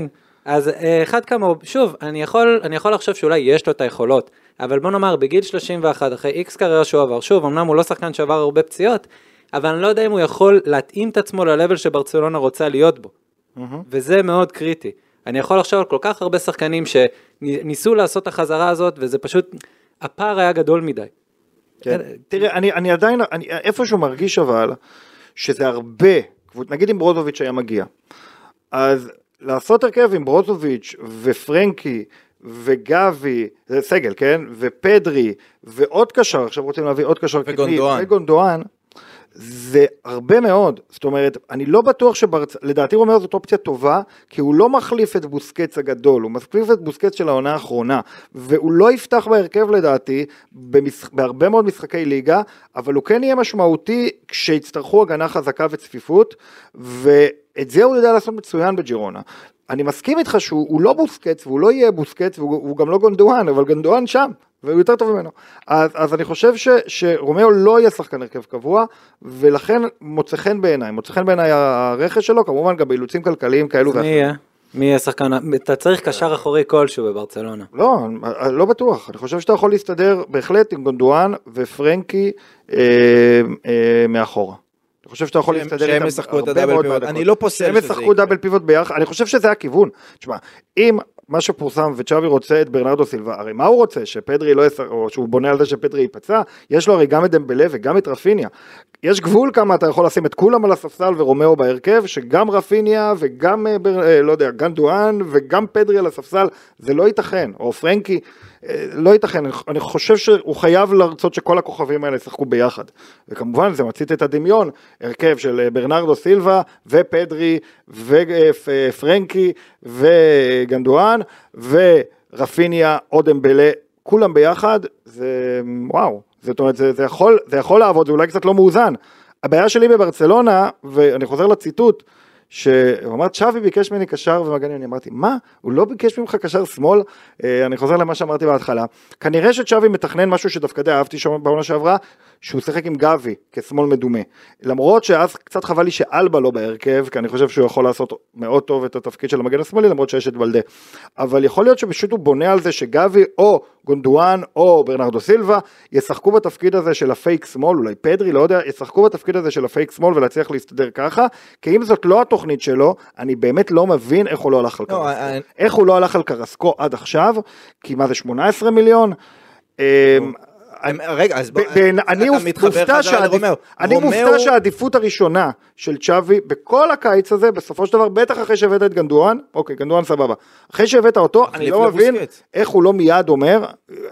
D: אז אחד כמוהו, שוב, אני יכול, אני יכול לחשוב שאולי יש לו את היכולות, אבל בוא נאמר, בגיל שלושים ואחת, אחרי איקס קריירה שהוא עבר, שוב, אמנם הוא לא שחקן שעבר הרבה פציעות, אבל אני לא יודע אם הוא יכול להתאים את עצמו ללבל שברצלונה רוצה להיות בו. וזה מאוד קריטי. אני יכול לחשוב על כל כך הרבה שחקנים שניסו לעשות את החזרה הזאת, וזה פשוט, הפער היה גדול מדי.
A: כן. תראה, אני, אני עדיין, אני, איפשהו מרגיש אבל, שזה הרבה, נגיד אם ברוזוביץ' היה מגיע, אז לעשות הרכב עם ברוזוביץ' ופרנקי, וגבי, זה סגל, כן? ופדרי, ועוד קשר, עכשיו רוצים להביא עוד קשר,
C: וגונדואן.
A: וגונדואן, זה הרבה מאוד, זאת אומרת, אני לא בטוח שברצ... לדעתי רומאו זאת אופציה טובה, כי הוא לא מחליף את בוסקץ הגדול, הוא מחליף את בוסקץ של העונה האחרונה, והוא לא יפתח בהרכב לדעתי, במש... בהרבה מאוד משחקי ליגה, אבל הוא כן יהיה משמעותי כשיצטרכו הגנה חזקה וצפיפות, ואת זה הוא יודע לעשות מצוין בג'ירונה. אני מסכים איתך שהוא לא בוסקץ, והוא לא יהיה בוסקץ, והוא גם לא גונדואן, אבל גונדואן שם, והוא יותר טוב ממנו. אז, אז אני חושב ש, שרומאו לא יהיה שחקן הרכב קבוע, ולכן מוצא חן בעיניי, מוצא חן בעיניי הרכש שלו, כמובן גם באילוצים כלכליים כאלו.
D: מי יהיה? מי יהיה שחקן? אתה צריך קשר אחורי כלשהו בברצלונה.
A: לא, לא בטוח. אני חושב שאתה יכול להסתדר בהחלט עם גונדואן ופרנקי אה, אה, מאחורה. אני חושב שאתה יכול להסתדר
C: שהם ישחקו את הדאבל פיבוט, אני לא פוסל
A: שזה יקרה. שהם ישחקו דאבל פיבוט ביחד, אני חושב שזה הכיוון. תשמע, אם מה שפורסם וצ'אבי רוצה את ברנרדו סילבה, הרי מה הוא רוצה? שפדרי לא ישחק, או שהוא בונה על זה שפדרי ייפצע, יש לו הרי גם את דמבלה וגם את רפיניה. יש גבול כמה אתה יכול לשים את כולם על הספסל ורומאו בהרכב, שגם רפיניה וגם, לא יודע, גנדואן וגם פדרי על הספסל, זה לא ייתכן, או פרנקי, לא ייתכן, אני חושב שהוא חייב לרצות שכל הכוכבים האלה ישחקו ביחד, וכמובן זה מצית את הדמיון, הרכב של ברנרדו סילבה ופדרי ופרנקי וגנדואן ורפיניה או דמבלה, כולם ביחד, זה וואו, זאת אומרת, זה, זה, יכול, זה יכול לעבוד, זה אולי קצת לא מאוזן. הבעיה שלי בברצלונה, ואני חוזר לציטוט, שהוא אמר, צ'אבי ביקש ממני קשר ומגן, אני אמרתי, מה? הוא לא ביקש ממך קשר שמאל? אני חוזר למה שאמרתי בהתחלה. כנראה שצ'אבי מתכנן משהו שדווקא די אהבתי שם בעונה שעברה, שהוא שיחק עם גבי כשמאל מדומה. למרות שאז קצת חבל לי שאלבה לא בהרכב, כי אני חושב שהוא יכול לעשות מאוד טוב את התפקיד של המגן השמאלי, למרות שיש את בלדה. אבל יכול להיות שפשוט הוא בונה על זה שגבי או גונדואן או ברנרדו סילבה ישחקו בתפקיד הזה של הפייק שמאל, אולי פדרי, לא יודע, ישחקו בתפקיד הזה של הפייק שמאל ולהצליח להסתדר ככה, כי אם זאת לא התוכנית שלו, אני באמת לא מבין איך הוא לא הלך על קרסקו. איך הוא לא הלך על קרסקו עד עכשיו, כי מה זה שמונה עשרה מיליון?
C: רגע, אז
A: אני מופתע שהעדיפות הראשונה של צ'אבי בכל הקיץ הזה, בסופו של דבר, בטח אחרי שהבאת את גנדואן, אוקיי, גנדואן סבבה, אחרי שהבאת אותו, אני לא מבין איך הוא לא מיד אומר,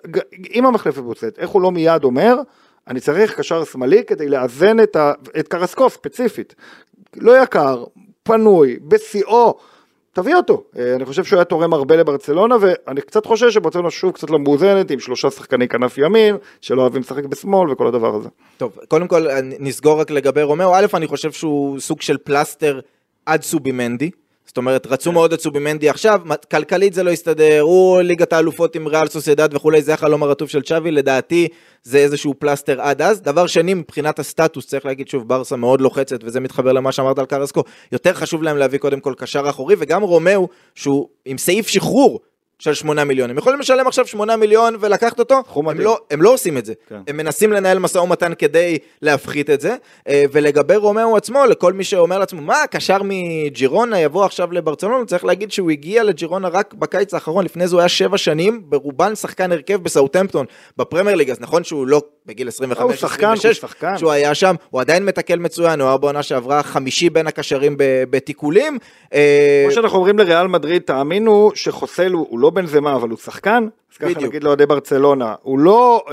A: עם המחלף בבוסקץ, איך הוא לא מיד אומר, אני צריך קשר שמאלי כדי לאזן את קרסקו ספציפית, לא יקר, פנוי, בשיאו, תביא אותו, אני חושב שהוא היה תורם הרבה לברצלונה, ואני קצת חושב שברצלונה שוב קצת לא מאוזנת, עם שלושה שחקני כנף ימין, שלא אוהבים לשחק בשמאל וכל הדבר הזה.
C: טוב, קודם כל נסגור רק לגבי רומאו, א' אני חושב שהוא סוג של פלסטר עד סובימנדי, זאת אומרת, רצו מאוד את סובימנדי עכשיו, כלכלית זה לא יסתדר, הוא ליגת האלופות עם ריאל סוסיידד וכולי, זה החלום הרטוב של צ'אבי, לדעתי זה איזשהו פלסטר עד אז. דבר שני, מבחינת הסטטוס, צריך להגיד שוב, ברסה מאוד לוחצת, וזה מתחבר למה שאמרת על קרסקו, יותר חשוב להם להביא קודם כל קשר אחורי, וגם רומאו, שהוא עם סעיף שחרור, של שמונה מיליון, הם יכולים לשלם עכשיו שמונה מיליון ולקחת אותו, הם לא, הם לא עושים את זה, כן. הם מנסים לנהל משא ומתן כדי להפחית את זה, ולגבי רומאו עצמו, לכל מי שאומר לעצמו, מה, קשר מג'ירונה יבוא עכשיו לברצלונה, צריך להגיד שהוא הגיע לג'ירונה רק בקיץ האחרון, לפני זה הוא היה שבע שנים, ברובן שחקן הרכב בסאוטהמפטון, בפרמייר ליג, אז נכון שהוא לא בגיל עשרים וחמש עשרים ושש, שהוא היה שם, הוא עדיין מתקל מצוין, הוא היה בעונה שעברה חמישי בין הקשרים בתיקולים.
A: כמו שאנחנו אומרים לריאל מדריד, תאמינו שחוסל הוא לא בן זמה, אבל הוא שחקן, אז ככה נגיד לאוהדי ברצלונה, הוא לא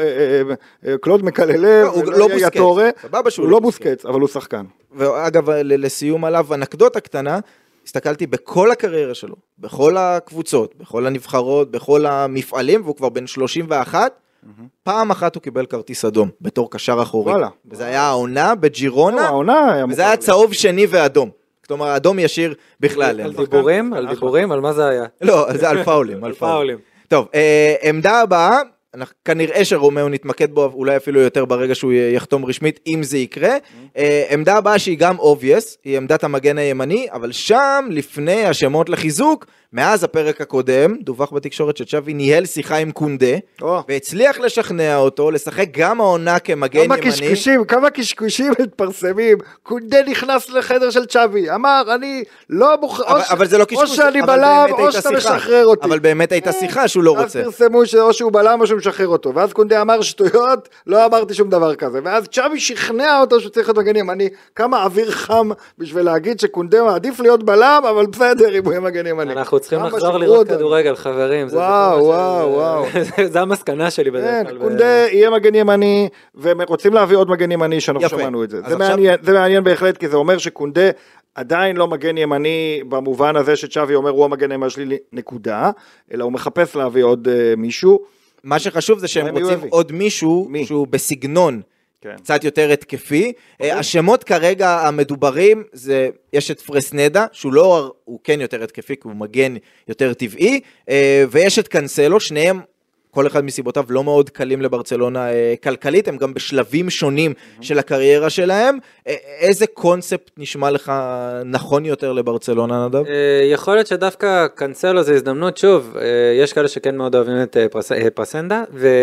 A: קלוד מקללה, הוא לא בוסקץ, הוא לא בוסקץ, אבל הוא שחקן.
C: ואגב, לסיום עליו, אנקדוטה קטנה, הסתכלתי בכל הקריירה שלו, בכל הקבוצות, בכל הנבחרות, בכל המפעלים, והוא כבר בן שלושים ואחת, פעם אחת הוא קיבל כרטיס אדום, בתור קשר אחורי. וזה היה העונה בג'ירונה, וזה היה צהוב שני ואדום. כלומר, אדום ישיר בכלל.
D: על דיבורים? על דיבורים? על מה זה היה?
C: לא, זה על פאולים. על פאולים. טוב, עמדה הבאה, כנראה שרומאו נתמקד בו, אולי אפילו יותר ברגע שהוא יחתום רשמית, אם זה יקרה. עמדה הבאה שהיא גם obvious, היא עמדת המגן הימני, אבל שם, לפני השמות לחיזוק, מאז הפרק הקודם, דווח בתקשורת שצ'אבי ניהל שיחה עם קונדה,
A: או.
C: והצליח לשכנע אותו, לשחק גם העונה כמגן
A: כמה
C: ימני.
A: קשקושים, כמה קשקושים מתפרסמים, קונדה נכנס לחדר של צ'אבי, אמר, אני לא מוכר,
C: אבל, אבל זה לא קשקוש,
A: או שאני
C: אבל
A: בלם,
C: באמת
A: או
C: הייתה
A: שאתה
C: שיחה.
A: משחרר אותי.
C: אבל באמת הייתה שיחה שהוא לא
A: אז
C: רוצה.
A: פרסמו שאו שהוא בלם או שהוא משחרר אותו, ואז קונדה אמר שטויות, לא אמרתי שום דבר כזה, ואז צ'אבי שכנע אותו שהוא צריך להיות מגן ימני, כמה אוויר חם בשביל להגיד שקונדה מעדיף להיות בלם, אבל בסדר אם הוא יהיה מגן ימני.
D: אנחנו צריכים
A: כמה
D: לחזור
A: שחררו
D: לראות
A: אותנו.
D: כדורגל, חברים. זה- זה
A: וואו,
D: כל מה
A: וואו,
D: ש-
A: וואו.
D: זה המסקנה שלי בדרך
A: כן,
D: כלל. ב-
A: קונדה יהיה מגן ימני, והם רוצים להביא עוד מגן ימני שאנחנו
C: יפה.
A: שמענו את זה.
C: אז
A: זה
C: עכשיו-
A: מעניין, זה מעניין בהחלט, כי זה אומר שקונדה עדיין לא מגן ימני במובן הזה שצ'אבי אומר הוא המגן הימני שלי נקודה, אלא הוא מחפש להביא עוד uh, מישהו.
C: מה שחשוב זה שהם
A: מי הוא
C: רוצים
A: הביא?
C: עוד מישהו
A: מי?
C: שהוא בסגנון
A: כן.
C: קצת יותר התקפי. השמות כרגע המדוברים זה, יש את פרסנדה, שהוא לא, הוא כן יותר התקפי, כי הוא מגן יותר טבעי, ויש את קנסלו, שניהם, כל אחד מסיבותיו לא מאוד קלים לברצלונה כלכלית, הם גם בשלבים שונים של הקריירה שלהם. איזה קונספט נשמע לך נכון יותר לברצלונה, נדב?
D: אה, יכול להיות שדווקא קנסלו זה הזדמנות, שוב, אה, יש כאלה שכן מאוד אוהבים את אה, פרס- אה, פרסנדה,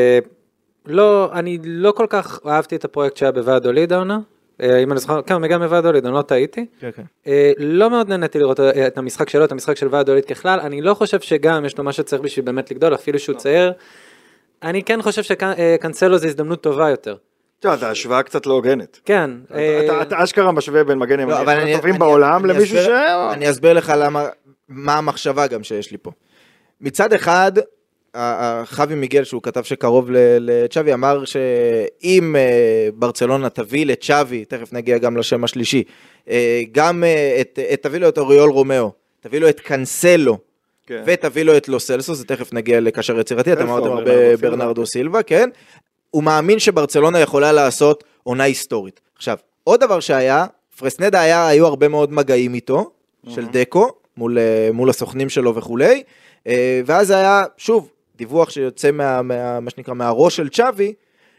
D: ולא, אני לא כל כך אהבתי את הפרויקט שהיה בוועד הוליד העונה, אה, אם אני זוכר, כן, מגיע מוועד הוליד, אני לא טעיתי.
C: כן, כן.
D: אה, לא מאוד נהניתי לראות אה, את המשחק שלו, את המשחק של ועד הוליד ככלל, אני לא חושב שגם יש לו מה שצריך בשביל באמת לגדול, אפילו שהוא צעיר, אני כן חושב שקנסלו זה הזדמנות טובה יותר.
A: תראה, זו השוואה קצת לא הוגנת.
D: כן. אה,
A: אתה- אתה אשכרה משווה בין מגן
C: לא, אבל
A: ימני
C: אני-
A: הטובים
C: אני-
A: בעולם
C: אני
A: למישהו ש...
C: אסביר- אני אסביר לך למה, מה המחשבה גם שיש לי פה. מצד אחד, ה- ה- חווי מיגל, שהוא כתב שקרוב ל- לצ'אבי, אמר שאם אה, ברצלונה תביא לצ'אבי, תכף נגיע גם לשם השלישי, אה, גם אה, את, את, תביא לו את אוריול רומאו, תביא לו את קנסלו,
A: כן.
C: ותביא לו את לוסלסו, זה תכף נגיע לקשר יצירתי, אתם
A: איפה?
C: אמרתם
A: ברנרדו
C: הרבה
A: סילבה.
C: ברנרדו סילבה, כן? הוא מאמין שברצלונה יכולה לעשות עונה היסטורית. עכשיו, עוד דבר שהיה, פרסנדה היה, היו הרבה מאוד מגעים איתו, של דקו, מול, מול הסוכנים שלו וכולי, ואז היה, שוב, דיווח שיוצא מה, מה, מה שנקרא, מהראש של צ'אבי,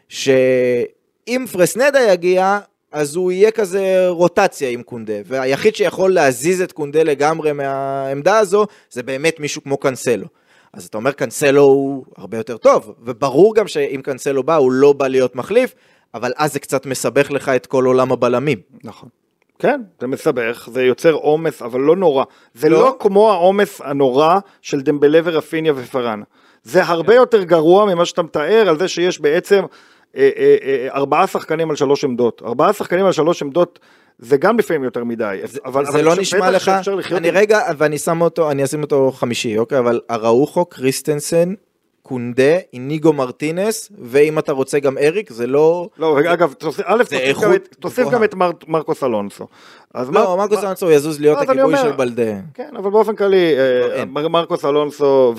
C: שאם פרסנדה יגיע, אז הוא יהיה כזה רוטציה עם קונדה, והיחיד שיכול להזיז את קונדה לגמרי מהעמדה הזו, זה באמת מישהו כמו קנסלו. אז אתה אומר קנסלו הוא הרבה יותר טוב, וברור גם שאם קנסלו בא, הוא לא בא להיות מחליף, אבל אז זה קצת מסבך לך את כל עולם הבלמים.
A: נכון. כן, זה מסבך, זה יוצר עומס, אבל לא נורא. זה
C: לא?
A: לא כמו העומס הנורא של דמבלה ורפיניה ופרן. זה הרבה יותר גרוע ממה שאתה מתאר על זה שיש בעצם אה, אה, אה, ארבעה שחקנים על שלוש עמדות. ארבעה שחקנים על שלוש עמדות זה גם לפעמים יותר מדי. אבל,
C: זה
A: אבל
C: לא
A: בטח
C: נשמע לך,
A: שאפשר לחיות
C: אני
A: עם-
C: רגע, ואני שם אותו, אני אשים אותו חמישי, אוקיי, אבל אראוחו, קריסטנסן, קונדה, איניגו מרטינס, ואם אתה רוצה גם אריק, זה לא...
A: לא, אגב, תוסיף, א', תוסיף
C: איכות
A: גם את- תוסיף
C: גבוהה.
A: גם את מר- מרקוס אלונסו. אז
C: לא,
A: מר-
C: מרקוס
A: מר-
C: אלונסו יזוז להיות
A: אז אני
C: הגיבוי
A: אומר-
C: של בלדה.
A: כן, אבל באופן כללי, אה,
C: אין.
A: מר- מרקוס אלונסו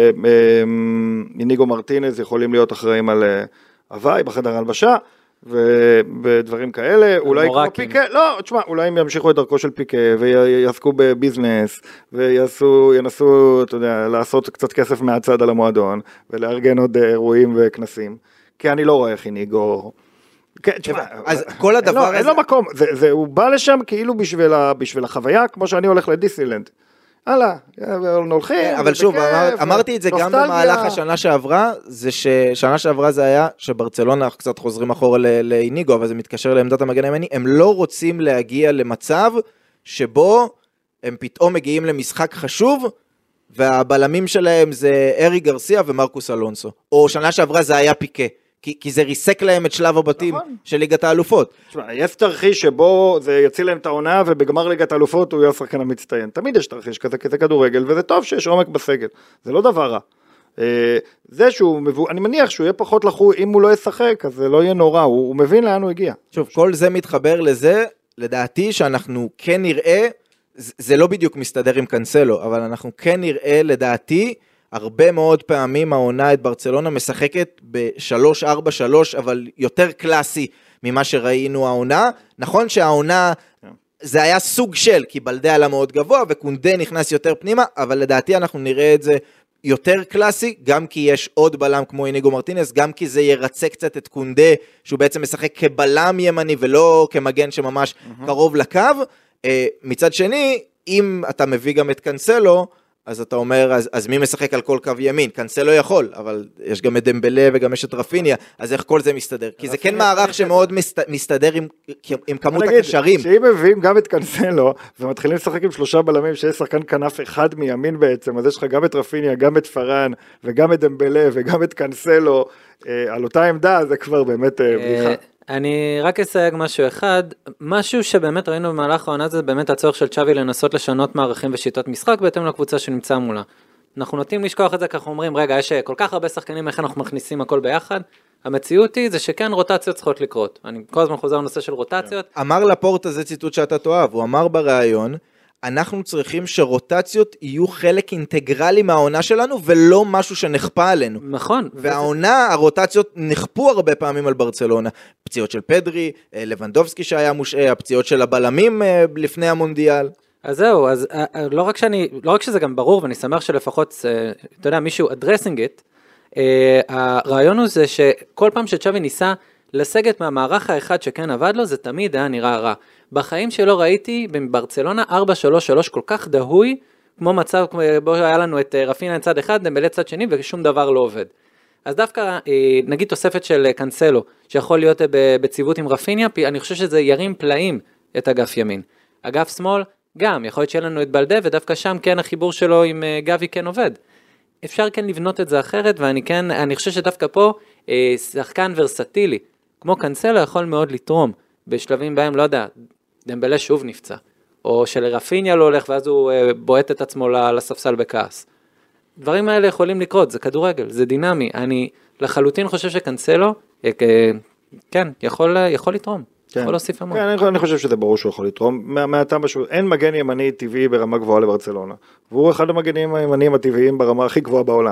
A: ואיניגו מרטינז יכולים להיות אחראים על אה, הוואי בחדר הלבשה, ו- ודברים כאלה, אולי כמו
D: מורקים.
A: פיקה, לא, תשמע, אולי הם ימשיכו את דרכו של פיקה, ויעסקו בביזנס, ויעשו, ינסו, אתה יודע, לעשות קצת כסף מהצד על המועדון, ולארגן עוד אה, אירועים וכנסים, כי אני לא רואה איך איניגו... כן, תשמע,
C: אז כל הדבר
A: אין לו-
C: הזה-
A: אין לו מקום, זה, זה, הוא בא לשם כאילו בשביל, ה, בשביל החוויה, כמו שאני הולך לדיסנילנד. הלאה, הולכים,
C: כן, אבל
A: זה
C: שוב,
A: כיף,
C: אמר, אמרתי את זה גם
A: נוסטלגיה.
C: במהלך השנה שעברה, זה ששנה שעברה זה היה שברצלונה, אנחנו קצת חוזרים אחורה ל- לאיניגו, אבל זה מתקשר לעמדת המגן הימני, הם לא רוצים להגיע למצב שבו הם פתאום מגיעים למשחק חשוב, והבלמים שלהם זה ארי גרסיה ומרקוס אלונסו, או שנה שעברה זה היה פיקה, כי, כי זה ריסק להם את שלב הבתים
A: נכון.
C: של ליגת האלופות.
A: תשמע, יש תרחיש שבו זה יציל להם את העונה, ובגמר ליגת האלופות הוא יהיה השחקן המצטיין. תמיד יש תרחיש כזה, כי זה כדורגל, וזה טוב שיש עומק בסגל. זה לא דבר רע. אה, זה שהוא, מבוא- אני מניח שהוא יהיה פחות לחוץ, אם הוא לא ישחק, אז זה לא יהיה נורא, הוא, הוא מבין לאן הוא הגיע.
C: שוב, כל זה מתחבר לזה, לדעתי שאנחנו כן נראה, זה זה לא בדיוק מסתדר עם קנסלו, אבל אנחנו כן נראה לדעתי, הרבה מאוד פעמים העונה את ברצלונה משחקת ב-שלוש ארבע שלוש, אבל יותר קלאסי ממה שראינו העונה. נכון שהעונה, זה היה סוג של, כי בלדה עלה מאוד גבוה, וקונדה נכנס יותר פנימה, אבל לדעתי אנחנו נראה את זה יותר קלאסי, גם כי יש עוד בלם כמו איניגו מרטינס, גם כי זה ירצה קצת את קונדה, שהוא בעצם משחק כבלם ימני, ולא כמגן שממש קרוב לקו. מצד שני, אם אתה מביא גם את קנסלו, אז אתה אומר, אז, אז מי משחק על כל קו ימין? קנסלו יכול, אבל יש גם את דמבלה וגם יש את רפיניה, אז איך כל זה מסתדר? כי זה כן מערך שמאוד מסת, מסתדר עם, עם כמות הקשרים.
A: שאם מביאים גם את קנסלו, ומתחילים לשחק עם שלושה בלמים, שיש שחקן כנף אחד מימין בעצם, אז יש לך גם את רפיניה, גם את פרן, וגם את דמבלה, וגם את קנסלו, אה, על אותה עמדה, זה כבר באמת אה, בדיחה.
D: אני רק אסייג משהו אחד, משהו שבאמת ראינו במהלך העונה זה באמת הצורך של צ'אבי לנסות לשנות מערכים ושיטות משחק בהתאם לקבוצה שנמצא מולה. אנחנו נוטים לשכוח את זה, ככה אומרים, רגע, יש כל כך הרבה שחקנים, איך אנחנו מכניסים הכל ביחד? המציאות היא זה שכן רוטציות צריכות לקרות. אני כל הזמן חוזר לנושא של רוטציות.
C: אמר לפורטה, זה ציטוט שאתה תאהב, הוא אמר בראיון, אנחנו צריכים שרוטציות יהיו חלק אינטגרלי מהעונה שלנו, ולא משהו שנכפה עלינו.
D: נכון.
C: והעונה, הרוטציות נכפו הרבה פעמים על ברצלונה. פציעות של פדרי, לבנדובסקי שהיה מושעה, הפציעות של הבלמים לפני המונדיאל.
D: אז זהו, אז לא רק שאני, לא רק שזה גם ברור, ואני שמח שלפחות, אתה יודע, מישהו addressing it, הרעיון הוא זה שכל פעם שצ'אבי ניסה לסגת מהמערך האחד שכן עבד לו, זה תמיד היה נראה רע. בחיים שלא ראיתי בברצלונה ארבע שלוש שלוש כל כך דהוי, כמו מצב בו היה לנו את רפינה צד אחד, דמבלה צד שני, ושום דבר לא עובד. אז דווקא, נגיד תוספת של קנסלו, שיכול להיות בציוות עם רפיניה, אני חושב שזה ירים פלאים את אגף ימין. אגף שמאל, גם, יכול להיות שיהיה לנו את בלדה, ודווקא שם כן החיבור שלו עם גבי כן עובד. אפשר כן לבנות את זה אחרת, ואני כן, אני חושב שדווקא פה, שחקן ורסטילי, כמו קנסלו יכול מאוד לתרום, בשלבים בהם, לא יודע, דמבלה שוב נפצע, או שלרפיניה לא הולך, ואז הוא בועט את עצמו לספסל בכעס. דברים האלה יכולים לקרות, זה כדורגל, זה דינמי, אני לחלוטין חושב שקנסלו, כן, יכול, יכול לתרום.
A: כן.
D: יכול להוסיף המון.
A: כן, אני, אני חושב שזה ברור שהוא יכול לתרום, מה, מהטעם פשוט, אין מגן ימני טבעי ברמה גבוהה לברצלונה, והוא אחד המגנים הימניים הטבעיים ברמה הכי גבוהה בעולם,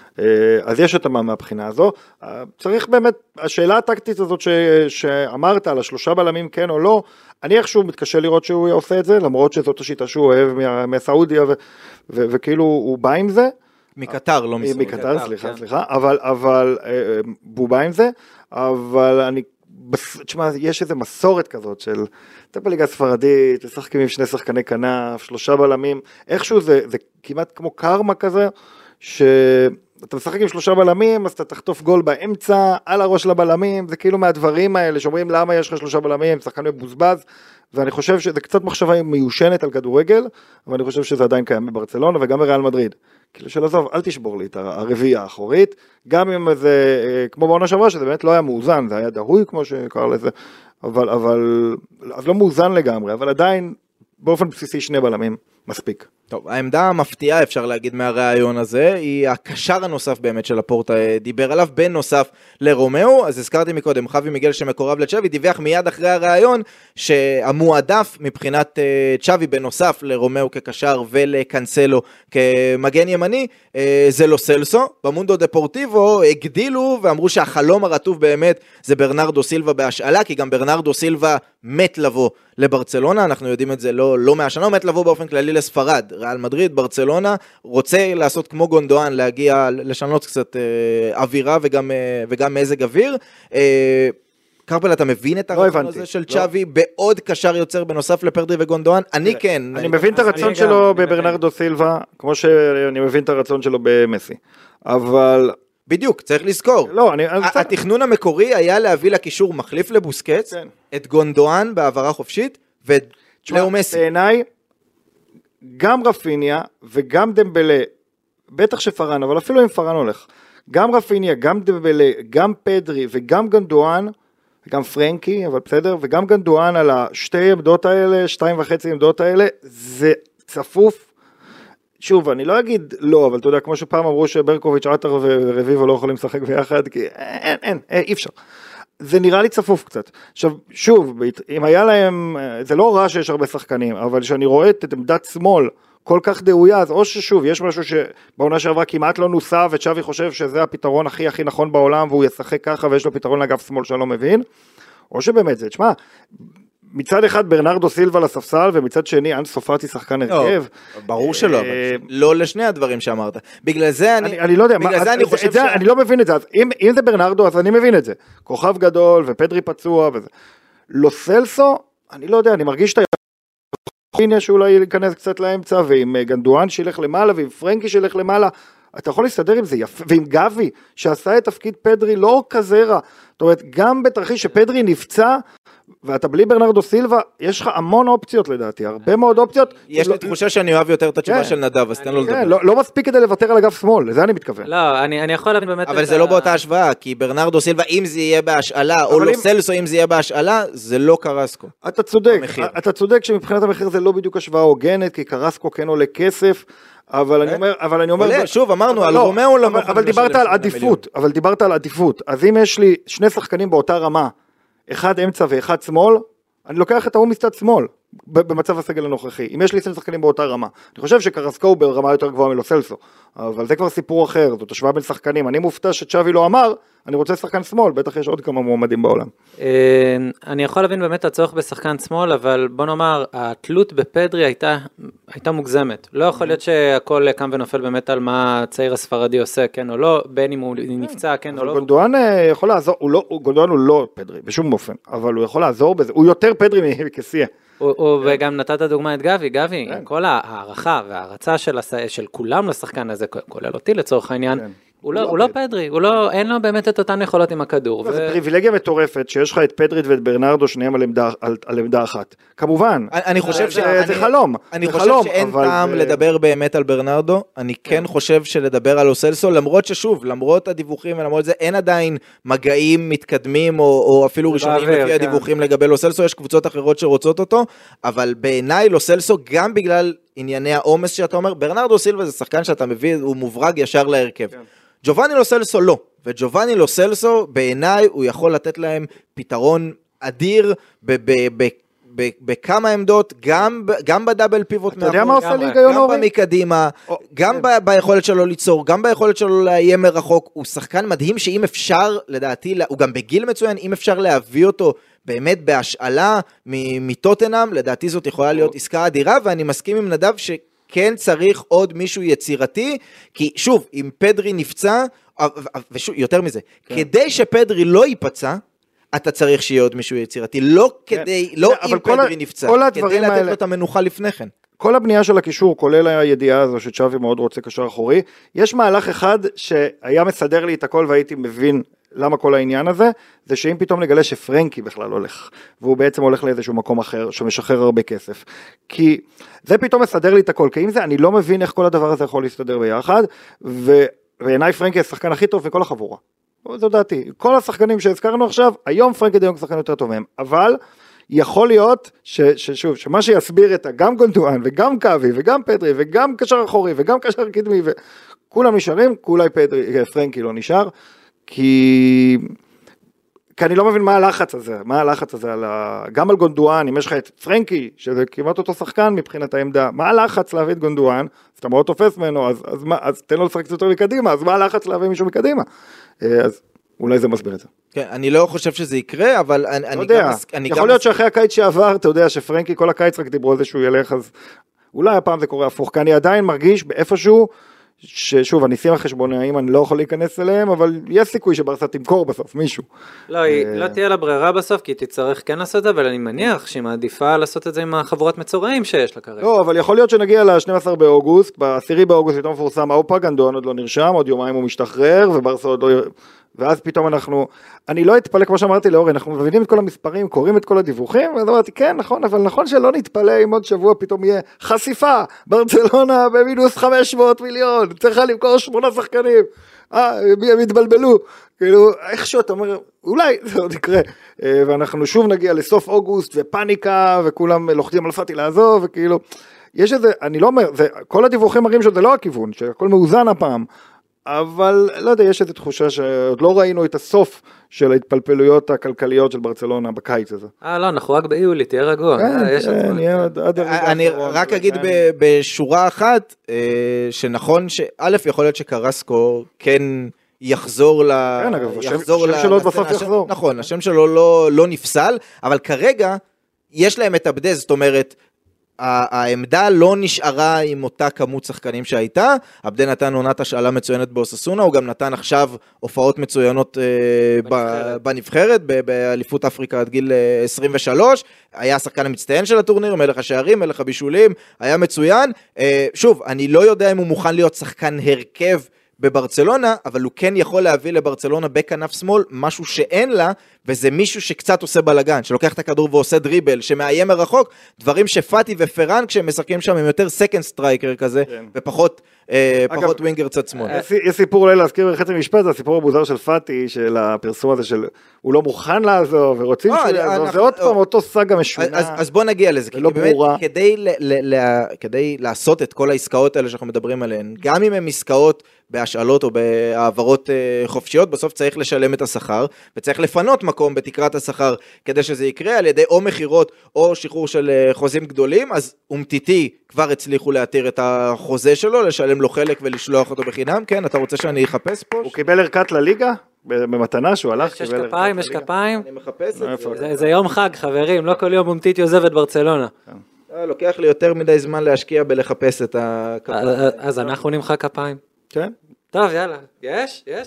A: אז יש את מהבחינה הזו, צריך באמת, השאלה הטקטית הזאת ש, שאמרת על השלושה בלמים כן או לא, אני איכשהו מתקשה לראות שהוא עושה את זה, למרות שזאת השיטה שהוא אוהב מסעודיה, ו, ו, וכאילו הוא בא עם זה,
C: מקטר, לא מסעודיה.
A: מקטר, סליחה, כן. סליחה, אבל, אבל, הוא בא עם זה, אבל אני, תשמע, יש איזו מסורת כזאת של, אתה בליגה הספרדית, לשחקים עם שני שחקני כנף, שלושה בלמים, איכשהו זה, זה כמעט כמו קרמה כזה, שאתה משחק עם שלושה בלמים, אז אתה תחטוף גול באמצע, על הראש לבלמים, זה כאילו מהדברים האלה, שאומרים למה יש לך שלושה בלמים, שחקן מבוזבז, ואני חושב שזה קצת מחשבה מיושנת על כדורגל, אבל אני חושב שזה עדיין קיים בברצלונה, וגם בריאל מדריד. כאילו של עזוב, אל תשבור לי את הרביעייה האחורית, גם אם זה, כמו בעונה שעברה, שזה באמת לא היה מאוזן, זה היה דהוי כמו שקרא לזה, אבל, אבל, אז לא מאוזן לגמרי, אבל עדיין, באופן בסיסי שני בלמים, מספיק.
C: טוב, העמדה המפתיעה, אפשר להגיד מהרעיון הזה, היא הקשר הנוסף באמת של הפורטה דיבר עליו, בנוסף לרומאו, אז הזכרתי מקודם, חווי מיגל שמקורב לצ'אבי, דיווח מיד אחרי הרעיון, שהמועדף מבחינת צ'אבי בנוסף לרומאו כקשר ולקנסלו כמגן ימני, זה לא סלסו, במונדו דפורטיבו הגדילו ואמרו שהחלום הרטוב באמת זה ברנרדו סילבה בהשאלה, כי גם ברנרדו סילבה מת לבוא לברצלונה, אנחנו יודעים את זה לא, לא מהשנה, מת לבוא באופן כללי לספרד, ריאל מדריד, ברצלונה, רוצה לעשות כמו גונדואן, להגיע, לשנות קצת אה, אווירה וגם, אה, וגם מזג אוויר. אה, קרפל, אתה מבין את הרצון הזה של צ'אבי, בעוד קשר יוצר בנוסף לפרדרי וגונדואן? אני כן.
A: אני מבין את הרצון שלו בברנרדו סילבה, כמו שאני מבין את הרצון שלו במסי, אבל...
C: בדיוק, צריך לזכור.
A: לא, אני...
C: התכנון המקורי היה להביא לקישור מחליף לבוסקץ, את גונדואן בעברה חופשית, ולאו מסי.
A: בעיניי, גם רפיניה וגם דמבלה, בטח שפרן, אבל אפילו אם פרן הולך, גם רפיניה, גם דמבלה, גם פדרי וגם גונדואן, וגם פרנקי, אבל בסדר, וגם גונדואן על השתי עמדות האלה, שתיים וחצי עמדות האלה, זה צפוף. שוב, אני לא אגיד לא, אבל אתה יודע, כמו שפעם אמרו שברקוביץ' עטר ורביבו לא יכולים לשחק ביחד, כי אין, אין, אי אפשר. זה נראה לי צפוף קצת. עכשיו, שוב, אם היה להם, זה לא רע שיש הרבה שחקנים, אבל כשאני רואה את עמדת שמאל כל כך דאויה, אז או ששוב, יש משהו שבעונה שעברה כמעט לא נוסה, וצ'אבי חושב שזה הפתרון הכי הכי נכון בעולם, והוא ישחק ככה, ויש לו פתרון לאגף שמאל שאני לא מבין, או שבאמת זה, תשמע, מצד אחד ברנרדו סילבה לספסל, ומצד שני אנס סופטי שחקן הרכב.
C: ברור שלא, לא לשני הדברים שאמרת. בגלל זה אני...
A: אני לא יודע, אני לא מבין את זה, אם זה ברנרדו, אז אני מבין את זה. כוכב גדול, ופדרי פצוע, וזה. לא סלסו, אני לא יודע, אני מרגיש שאתה הנה שאולי ייכנס קצת לאמצע, ועם גנדואן שילך למעלה, ועם פרנקי שילך למעלה, אתה יכול להסתדר עם זה יפה, ועם גבי, שעשה את תפקיד פדרי לא כזה רע, זאת אומרת, גם בתרחיש שפדרי נפצע, ואתה בלי ברנרדו סילבה, יש לך המון אופציות לדעתי, הרבה מאוד אופציות.
C: יש לי תחושה שאני אוהב יותר את התשובה של נדב, אז תן לו לדבר.
A: לא מספיק כדי לוותר על אגף שמאל, לזה אני מתכוון.
D: לא, אני יכול להבין באמת...
C: אבל זה לא באותה השוואה, כי ברנרדו סילבה, אם זה יהיה בהשאלה, או לא סלסו, אם זה יהיה בהשאלה, זה לא קרסקו.
A: אתה צודק, אתה צודק שמבחינת המחיר זה לא בדיוק השוואה הוגנת, כי קרסקו כן עולה כסף, אבל אני אומר, אבל אני אומר,
C: שוב אמרנו, על רומאו לא,
A: אבל דיברת על עדיפות, אבל דיברת על עדיפות, אז אם יש לי שני שחקנים באותה רמה, אחד אמצע ואחד שמאל, אני לוקח את ההוא מצד שמאל, במצב הסגל הנוכחי, אם יש לי שני שחקנים באותה רמה, אני חושב שקרסקו הוא ברמה יותר גבוהה מלו סלסו, אבל זה כבר סיפור אחר, זאת השוואה בין שחקנים, אני מופתע שצ'אבי לא אמר, אני רוצה שחקן שמאל, בטח יש עוד כמה מועמדים בעולם.
D: אני יכול להבין באמת הצורך בשחקן שמאל, אבל בוא נאמר, התלות בפדרי הייתה, הייתה מוגזמת, לא יכול להיות שהכל קם ונופל באמת על מה הצעיר הספרדי עושה, כן או לא, בין אם הוא נפצע, כן או לא.
A: גונדואן יכול לעזור, גונדואן הוא לא פדרי, בשום אופן, אבל הוא יכול לעזור בזה, הוא יותר פדרי מקסיה.
D: וגם נתת דוגמה את גבי, גבי, כל הערכה וההרצה של כולם לשחקן הזה, כולל אותי לצורך העניין, הוא לא פדרי, אין לו באמת את אותן יכולות עם הכדור.
A: זה פריבילגיה מטורפת שיש לך את פדרית ואת ברנרדו שניהם על עמדה אחת. כמובן, זה חלום.
C: אני חושב שאין טעם לדבר באמת על ברנרדו, אני כן חושב שלדבר על אוסלסו, למרות ששוב, למרות הדיווחים ולמרות זה, אין עדיין מגעים מתקדמים או אפילו ראשונים לפי הדיווחים לגבי אוסלסו, יש קבוצות אחרות שרוצות אותו, אבל בעיניי אוסלסו גם בגלל ענייני העומס שאתה אומר, ברנרדו סילבה זה שחקן שאתה מביא, הוא מוברג ישר להרכב. ג'ובאני לו סלסו לא, וג'ובאני לו סלסו בעיניי הוא יכול לתת להם פתרון אדיר בכמה עמדות, גם בדאבל פיבוט מאחור, גם במקדימה, גם ביכולת שלו ליצור, גם ביכולת שלו לאיים מרחוק, הוא שחקן מדהים שאם אפשר, לדעתי, הוא גם בגיל מצוין, אם אפשר להביא אותו באמת בהשאלה מטוטנהאם, לדעתי זאת יכולה להיות עסקה אדירה, ואני מסכים עם נדב ש... כן צריך עוד מישהו יצירתי, כי שוב, אם פדרי נפצע, ושוב, יותר מזה, כן. כדי שפדרי לא ייפצע, אתה צריך שיהיה עוד מישהו יצירתי, לא כן. כדי, לא אם פדרי ה... נפצע, כדי לתת האלה... לו את המנוחה לפני כן.
A: כל הבנייה של הקישור, כולל הידיעה הזו שצ'אבי מאוד רוצה קשר אחורי, יש מהלך אחד שהיה מסדר לי את הכל והייתי מבין למה כל העניין הזה, זה שאם פתאום נגלה שפרנקי בכלל הולך, והוא בעצם הולך לאיזשהו מקום אחר, שמשחרר הרבה כסף, כי זה פתאום מסדר לי את הכל, כי אם זה אני לא מבין איך כל הדבר הזה יכול להסתדר ביחד, ובעיניי פרנקי השחקן הכי טוב וכל החבורה, זו דעתי, כל השחקנים שהזכרנו עכשיו, היום פרנקי דיון שחקן יותר טוב מהם, אבל יכול להיות ש, ששוב, שמה שיסביר את גם גונדואן וגם קאבי וגם פדרי וגם קשר אחורי וגם קשר קדמי וכולם נשארים, כולי פדרי, פרנקי לא נשאר, כי... כי אני לא מבין מה הלחץ הזה, מה הלחץ הזה על ה... גם על גונדואן, אם יש לך את פרנקי, שזה כמעט אותו שחקן מבחינת העמדה, מה הלחץ להביא את גונדואן, אז אתה מאוד תופס ממנו, אז, אז, מה, אז תן לו לשחק יותר מקדימה, אז מה הלחץ להביא מישהו מקדימה? אז אולי זה מסביר את זה.
C: כן, אני לא חושב שזה יקרה, אבל אני,
A: לא
C: אני
A: יודע,
C: גם... אני
A: יכול
C: גם
A: להיות שאחרי הקיץ שעבר, אתה יודע שפרנקי כל הקיץ רק דיברו על זה שהוא ילך, אז אולי הפעם זה קורה הפוך, כי אני עדיין מרגיש באיפשהו, ששוב, הניסים החשבוניים, אני לא יכול להיכנס אליהם, אבל יש סיכוי שברסה תמכור בסוף, מישהו.
D: לא, היא לא תהיה לה ברירה בסוף, כי תצטרך כן לעשות את זה, אבל אני מניח שהיא מעדיפה לעשות את זה עם החבורת מצורעים שיש לה כרגע.
A: לא, אבל יכול להיות שנגיע ל-שנים עשר באוגוסט, ב-עשירי באוגוסט פתאום מפורסם, אופה, גנדואן עוד לא נרשם, עוד יומיים הוא משתחרר, וברסה עוד לא... ואז פתאום אנחנו, אני לא אתפלא, כמו שאמרתי לאורי, אנחנו מבינים את כל המספרים, קוראים את כל הדיווחים, ואז אמרתי, כן, נכון, אבל נכון שלא נתפלא אם עוד שבוע פתאום יהיה חשיפה, ברצלונה במינוס חמש מאות מיליון, צריכה למכור שמונה שחקנים, אה, הם התבלבלו, כאילו, איכשהו אתה אומר, אולי זה עוד יקרה, ואנחנו שוב נגיע לסוף אוגוסט, ופניקה, וכולם לוחצים על פאטי לעזוב, וכאילו, יש איזה, אני לא אומר, זה, כל הדיווחים מראים שזה לא הכיוון, שהכל מאוזן הפעם, אבל לא יודע, יש איזו תחושה שעוד לא ראינו את הסוף של ההתפלפלויות הכלכליות של ברצלונה בקיץ הזה.
D: אה, לא, אנחנו רק ביולי, תהיה רגוע.
C: אני רק אגיד בשורה אחת, שנכון, שא' יכול להיות שקרסקו כן יחזור ל...
A: כן, אגב, השם שלו בסוף יחזור.
C: נכון, השם שלו לא נפסל, אבל כרגע יש להם את הבדז, זאת אומרת, העמדה לא נשארה עם אותה כמות שחקנים שהייתה, עבדה נתן עונת השאלה מצוינת באוססונה, הוא גם נתן עכשיו הופעות מצוינות בנבחרת, בנבחרת באליפות אפריקה עד גיל עשרים ושלוש, היה השחקן המצטיין של הטורניר, מלך השערים, מלך הבישולים, היה מצוין, שוב, אני לא יודע אם הוא מוכן להיות שחקן הרכב בברצלונה, אבל הוא כן יכול להביא לברצלונה בכנף שמאל משהו שאין לה, וזה מישהו שקצת עושה בלגן, שלוקח את הכדור ועושה דריבל, שמאיים מרחוק, דברים שפאטי ופרן כשהם משחקים שם הם יותר סקנד סטרייקר כזה, כן. ופחות אה, אגב, פחות ווינגר צד שמאל.
A: יש סיפור אולי להזכיר בחצי משפט, זה הסיפור המוזר של פאטי, של הפרסום הזה של הוא לא מוכן לעזוב, ורוצים שהוא יעזוב, זה עוד פעם אותו סאגה משונה.
C: אז, אז בוא נגיע לזה, כי באמת כדי, ל, ל, ל, כדי לעשות את כל העסקאות האלה שאנחנו מדברים עליהן, גם אם הן עסקאות בהשאלות או בהעברות חופשיות, בסוף צריך לשלם את השכר, וצריך לפנות מקום בתקרת השכר, כדי שזה יקרה על ידי או מחירות או שחרור של חוזים גדולים, אז אומתיתי כבר הצליחו להתיר את החוזה שלו, לשלם לו חלק ולשלוח אותו בחינם, כן, אתה רוצה שאני אחפש פה?
A: הוא קיבל ערכת לליגה? במתנה שהוא הלך,
D: יש כפיים, יש כפיים.
C: אני מחפש את זה.
D: זה יום חג, חברים, לא כל יום אומתיתי עוזב את ברצלונה.
C: לוקח לי יותר מדי זמן להשקיע בלחפש את הכפיים.
D: אז אנחנו נמחא כפיים.
A: כן.
D: טוב, יאללה. יש? יש?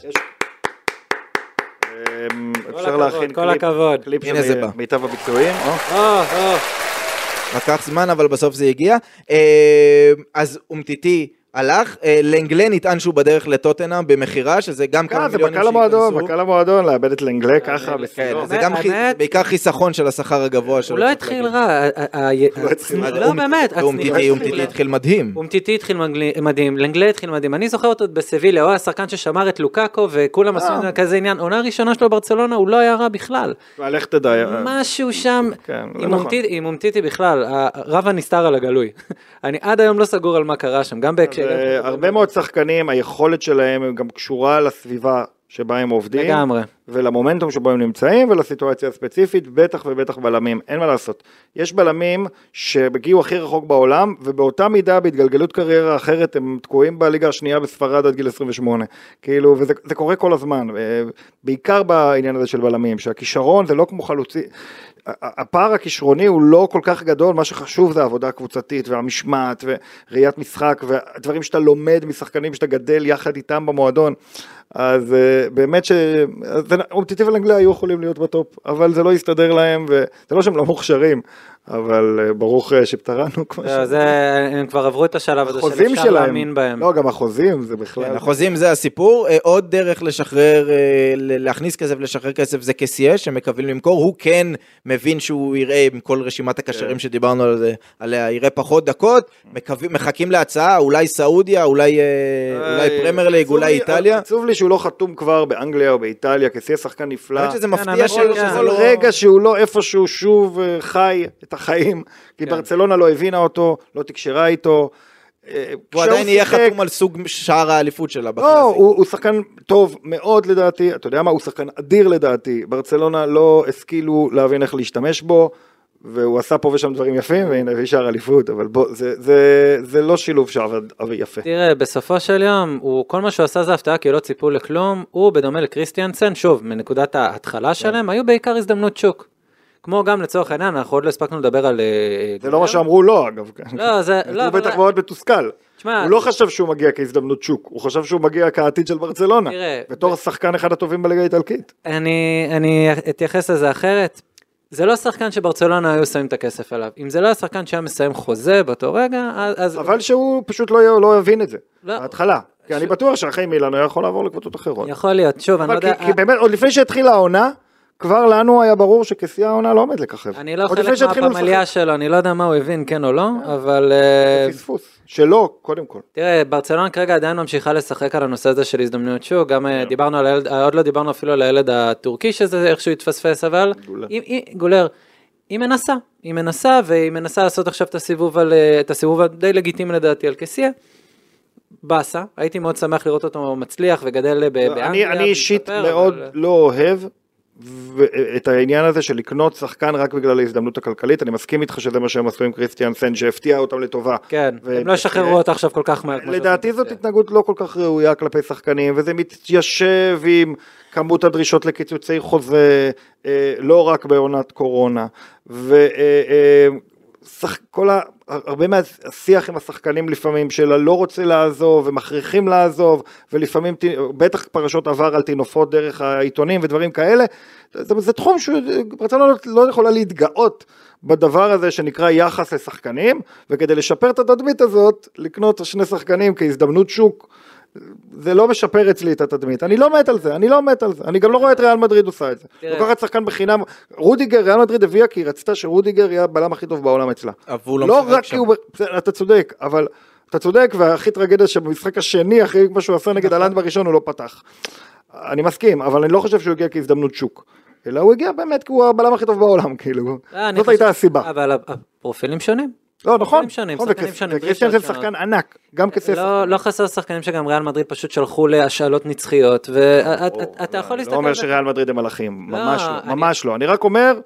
A: אפשר להכין קליפ של מיטב הביצועים.
C: לקח זמן, אבל בסוף זה הגיע. אז אומתיתי הלך, לנגלה נטען שהוא בדרך לטוטנהאם במחירה, שזה גם כמה מיליונים
A: שייכנסו. זה בקל המועדון, בקל המועדון, לאבד את לנגלה ככה בסדר.
C: זה גם בעיקר חיסכון של השכר הגבוה שלו.
D: הוא לא התחיל רע. לא, באמת.
C: אומתיתי התחיל מדהים.
D: אומתיתי התחיל מדהים, לנגלה התחיל מדהים. אני זוכר אותו בסביליה, הוא השחקן ששמר את לוקאקו, וכולם עשו כזה עניין. עונה ראשונה שלו ברצלונה, הוא לא היה רע בכלל.
A: והלך תדעי.
D: משהו שם, עם אומתיתי בכלל, רב הנסתר על הגלוי. אני עד היום לא סגור על מה קרה שם, גם בהקשר.
A: הרבה מאוד שחקנים, היכולת שלהם גם קשורה לסביבה שבה הם עובדים.
D: לגמרי.
A: ולמומנטום שבו הם נמצאים, ולסיטואציה הספציפית, בטח ובטח בלמים. אין מה לעשות. יש בלמים שבגיעו הכי רחוק בעולם, ובאותה מידה בהתגלגלות קריירה אחרת, הם תקועים בליגה השנייה בספרד עד גיל עשרים ושמונה. כאילו, וזה זה קורה כל הזמן. בעיקר בעניין הזה של בלמים, שהכישרון זה לא כמו חלוצי. הפער הכישרוני הוא לא כל כך גדול, מה שחשוב זה העבודה הקבוצתית והמשמעת וראיית משחק והדברים שאתה לומד משחקנים שאתה גדל יחד איתם במועדון. אז באמת שאומתיתי ולנגלה היו יכולים להיות בטופ, אבל זה לא יסתדר להם, וזה לא שהם לא מוכשרים, אבל ברוך שפטרנו כמו ש...
D: הם כבר עברו את השלב הזה של אפשר להאמין בהם.
A: לא, גם החוזים זה בכלל.
C: החוזים זה הסיפור, עוד דרך לשחרר, להכניס כסף, לשחרר כסף זה כסייה, שמקווים למכור, הוא כן מבין שהוא יראה עם כל רשימת הקשרים שדיברנו עליה, יראה פחות דקות, מחכים להצעה, אולי סעודיה, אולי פרמייר ליג, אולי איטליה.
A: עצוב לי שהוא לא חתום כבר באנגליה או באיטליה, כסייה שחקן נפלא.
C: אני חושב שזה מפתיע
A: כל רגע שהוא לא איפשהו שוב חי את החיים, כי ברצלונה לא הבינה אותו, לא תקשרה איתו.
C: הוא עדיין יהיה חתום על סוג שער האליפות שלה.
A: לא, הוא שחקן טוב מאוד לדעתי, אתה יודע מה, הוא שחקן אדיר לדעתי, ברצלונה לא השכילו להבין איך להשתמש בו, והוא עשה פה ושם דברים יפים, והנה הביא שער אליפות, אבל בוא, זה, זה, זה לא שילוב שער יפה.
D: תראה, בסופו של יום, הוא, כל מה שהוא עשה זה הפתעה, כי לא ציפו לכלום, הוא בדומה לקריסטיאנסן, שוב, מנקודת ההתחלה שלהם, היו בעיקר הזדמנות שוק. כמו גם לצורך העניין, אנחנו עוד לא הספקנו לדבר על...
A: זה לא מה שאמרו לא, אגב.
D: לא, זה...
A: הוא בטח מאוד מתוסכל. הוא לא חשב שהוא מגיע כהזדמנות שוק, הוא חשב שהוא מגיע כעתיד של ברצלונה, בתור שחקן אחד הטובים בליגה האיטלקית.
D: אני אתייחס לזה אחרת. זה לא שחקן שברצלונה היו שמים את הכסף עליו. אם זה לא השחקן שהיה מסיים חוזה באותו רגע, אז...
A: אבל שהוא פשוט לא יבין את זה, בהתחלה. כי אני בטוח שאחרי מילאן הוא יכול לעבור לקבוצות אחרות.
D: יכול להיות, שוב, אני לא יודע...
A: כי באמת, עוד לפני שהתחילה העונה, כבר לנו היה ברור שכסייה העונה לא עומד לככב.
D: אני לא חלק מהפמליה שלו, אני לא יודע מה הוא הבין, כן או לא, אבל...
A: זה פספוס, שלא, קודם כל.
D: תראה, ברצלונה כרגע עדיין ממשיכה לשחק על הנושא הזה של הזדמנויות שוק, גם דיברנו על הילד, עוד לא דיברנו אפילו על הילד הטורקי, שזה איכשהו התפספס, אבל... גולר. היא מנסה, היא מנסה, והיא מנסה לעשות עכשיו את הסיבוב הדי לגיטימי לדעתי על כסייה. בסה, הייתי מאוד שמח לראות אותו מצליח וגדל באנגליה.
A: אני אישית מאוד לא אוהב את העניין הזה של לקנות שחקן רק בגלל ההזדמנות הכלכלית, אני מסכים איתך שזה מה שהם עשו עם קריסטיאנסן, שהפתיע אותם לטובה.
D: כן, הם לא ישחררו אותה עכשיו כל כך מהר.
A: לדעתי זאת התנהגות לא כל כך ראויה כלפי שחקנים, וזה מתיישב עם כמות הדרישות לקיצוצי חוזה, לא רק בעונת קורונה, כל ה... הרבה מהשיח עם השחקנים לפעמים, שלה לא רוצה לעזוב, ומכריחים לעזוב, ולפעמים, בטח פרשות עבר על תינופות דרך העיתונים ודברים כאלה, זה, זה תחום שברצלונה לא יכולה להתגאות בדבר הזה שנקרא יחס לשחקנים, וכדי לשפר את התדמית הזאת, לקנות שני שחקנים כהזדמנות שוק, זה לא משפר אצלי את התדמית, אני לא מת על זה, אני לא מת על זה, אני גם לא רואה את ריאל מדריד עושה את זה, לוקחת שחקן בחינם, רודיגר, ריאל מדריד הביאה כי היא רצתה שרודיגר יהיה הבלם הכי טוב בעולם אצלה, לא רק כי הוא, אתה צודק, אבל אתה צודק, והכי טרגדיה שבמשחק השני, אחרי מה שהוא עשה נגד הלנד בראשון, הוא לא פתח, אני מסכים, אבל אני לא חושב שהוא הגיע כהזדמנות שוק, אלא הוא הגיע באמת כי הוא הבלם הכי טוב בעולם, כאילו, זאת הייתה הסיבה.
D: אבל הפרופילים שונים.
A: לא, נכון,
D: וקריסטיאנסן
A: שחקן ענק, גם כסף.
D: לא חסר שחקנים שגם ריאל מדריד פשוט שלחו להשאלות נצחיות, ואתה יכול להסתכל...
A: לא אומר שריאל מדריד הם מלאכים, ממש לא, ממש לא. אני רק אומר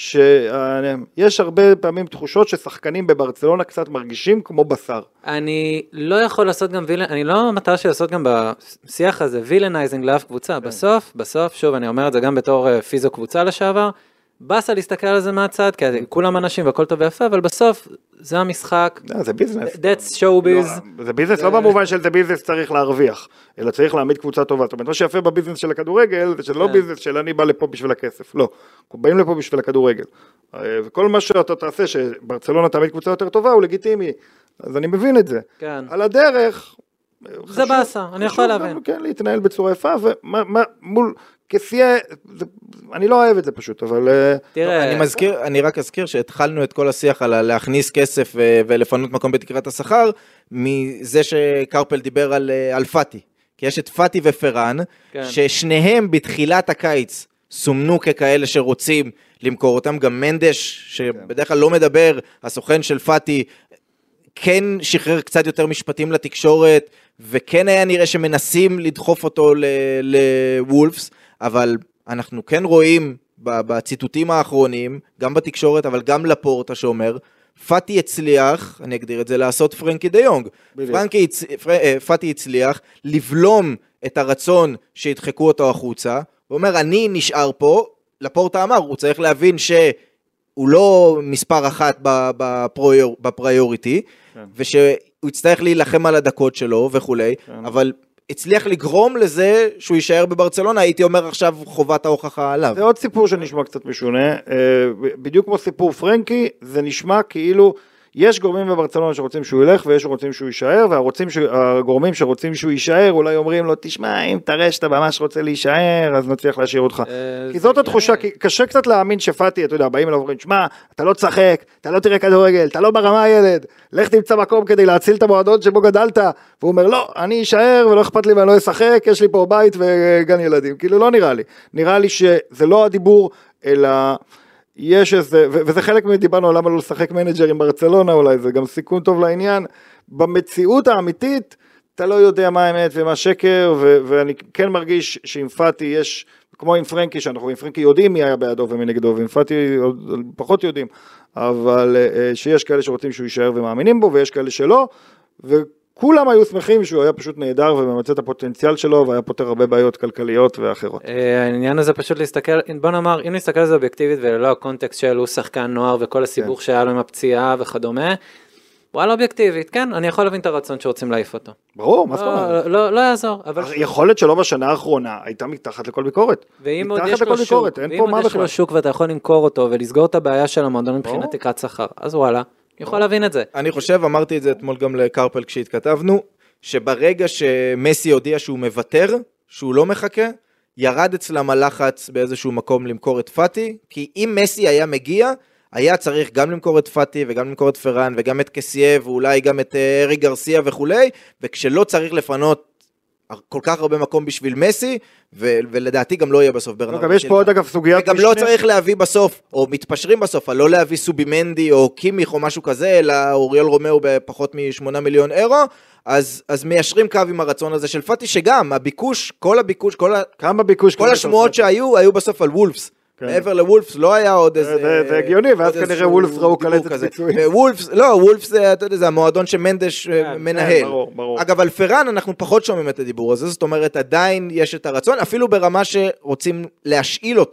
A: שיש הרבה פעמים תחושות ששחקנים בברצלונה קצת מרגישים כמו בשר.
D: אני לא יכול לעשות גם וילן, אני לא מטרה של לעשות גם בשיח הזה, וילנייזינג לאף קבוצה. בסוף, בסוף, שוב, אני אומר את זה גם בתור פיזו קבוצה לשעבר, בסה להסתכל על זה מהצד, כי כולם אנשים והכל טוב ויפה, אבל בסוף זה המשחק.
A: זה ביזנס.
D: That's showbiz.
A: זה ביזנס לא במובן של זה ביזנס צריך להרוויח, אלא צריך להעמיד קבוצה טובה. זאת אומרת, מה שיפה בביזנס של הכדורגל, זה שלא ביזנס של אני בא לפה בשביל הכסף, לא. אנחנו באים לפה בשביל הכדורגל. וכל מה שאתה תעשה, שברצלונה תעמיד קבוצה יותר טובה, הוא לגיטימי. אז אני מבין את זה. על הדרך,
D: זה בסה, אני יכול להבין.
A: כן, להתנהל בצורה יפה, ומול... כסייה, אני לא אוהב את זה פשוט, אבל...
C: תראה, אני מזכיר, אני רק אזכיר שהתחלנו את כל השיח על להכניס כסף ולפנות מקום בתקרת השכר, מזה שקרפל דיבר על, על פאטי. כי יש את פאטי ופרן, כן. ששניהם בתחילת הקיץ סומנו ככאלה שרוצים למכור אותם, גם מנדש, שבדרך כלל לא מדבר, הסוכן של פאטי, כן שחרר קצת יותר משפטים לתקשורת, וכן היה נראה שמנסים לדחוף אותו לוולפס, אבל אנחנו כן רואים בציטוטים האחרונים, גם בתקשורת, אבל גם לפורטה שאומר, פאטי הצליח, אני אגדיר את זה, לעשות פרנקי דה יונג. פרנקי, פאטי הצליח לבלום את הרצון שידחקו אותו החוצה, הוא אומר, אני נשאר פה, לפורטה אמר, הוא צריך להבין שהוא לא מספר אחת בפריוריטי, ושהוא יצטרך להילחם על הדקות שלו וכולי, אבל... הצליח לגרום לזה שהוא יישאר בברצלונה, הייתי אומר עכשיו חובת ההוכחה עליו.
A: זה עוד סיפור שנשמע קצת משונה, בדיוק כמו סיפור פרנקי, זה נשמע כאילו יש גורמים בברצלונה שרוצים שהוא ילך, ויש שרוצים שהוא יישאר, והגורמים שרוצים שהוא יישאר, אולי אומרים לו, תשמע, אם תראה שאתה ממש רוצה להישאר, אז נצליח להשאיר אותך. כי זאת התחושה, כי קשה קצת להאמין שפאטי, אתה יודע, באים אליו ואומרים, שמע, אתה לא תשחק, אתה לא תראה כדורגל, אתה לא ברמה הילד, לך תמצא מקום כדי להציל את המועדון שבו גדלת, והוא אומר, לא, אני אשאר ולא אכפת לי ואני לא אשחק, יש לי פה בית וגן ילדים. כאילו לא נראה לי. נראה לי שזה לא הדיבור, אלא יש איזה, וזה חלק מדיברנו על למה לא לשחק מנג'ר עם ברצלונה, אולי זה גם סיכון טוב לעניין, במציאות האמיתית, אתה לא יודע מה האמת ומה שקר, ו- ואני כן מרגיש שעם פאטי יש, כמו עם פרנקי, שאנחנו עם פרנקי יודעים מי היה בעדו ומי נגדו, ועם פאטי פחות יודעים, אבל שיש כאלה שרוצים שהוא יישאר ומאמינים בו, ויש כאלה שלא, וכולם היו שמחים שהוא היה פשוט נהדר, וממצא את הפוטנציאל שלו, והיה פותר הרבה בעיות כלכליות ואחרות.
D: העניין הזה פשוט להסתכל, בוא נאמר, אם נסתכל על זה אובייקטיבית, ולא הקונטקסט שלו שחקן נוער, וכל הסיבוך שהיה לו עם הפציעה וכדומה, וואלה אובייקטיבית, כן, אני יכול להבין את הרצון שרוצים להעיף אותו.
A: ברור, מה זאת אומרת?
D: לא יעזור.
A: יכולת שלו בשנה האחרונה הייתה מתחת לכל ביקורת.
D: ואם עוד יש לו שוק, ואם עוד יש לו שוק ואתה יכול למכור אותו ולסגור את הבעיה של המועדון מבחינת תקרת שכר, אז וואלה, יכול להבין את זה.
C: אני חושב, אמרתי את זה אתמול גם לקרפל כשהתכתבנו, שברגע שמסי הודיע שהוא מוותר, שהוא לא מחכה, ירד אצלם הלחץ באיזשהו מקום למכור את פאטי, כי אם מסי היה מגיע, היה צריך גם למכור את פאטי וגם למכור את פרן וגם את קסיה ואולי גם את ארי גרסיה וכולי, וכשלא צריך לפנות כל כך הרבה מקום בשביל מסי, ו- ולדעתי גם לא יהיה בסוף ברנרדו.
A: גם יש פה עוד אגב סוגיית
C: וגם לא צריך להביא בסוף, או מתפשרים בסוף, לא להביא סובימנדי או קימיך או משהו כזה, אלא אוריול רומאו בפחות משמונה מיליון אירו, אז, אז מיישרים קו עם הרצון הזה של פאטי, שגם הביקוש, כל הביקוש, כל, ה-
A: כמה ביקוש
C: כל השמועות שהיו, היו בסוף על וולפס. מעבר לוולפס לא היה עוד איזה...
A: זה הגיוני, ואז כנראה וולפס ראו קלטת פיצויים.
C: לא, וולפס זה המועדון שמנדש מנהל. אגב, על פרן אנחנו פחות שומעים את הדיבור הזה, זאת אומרת עדיין יש את הרצון, אפילו ברמה שרוצים להשאיל אותו,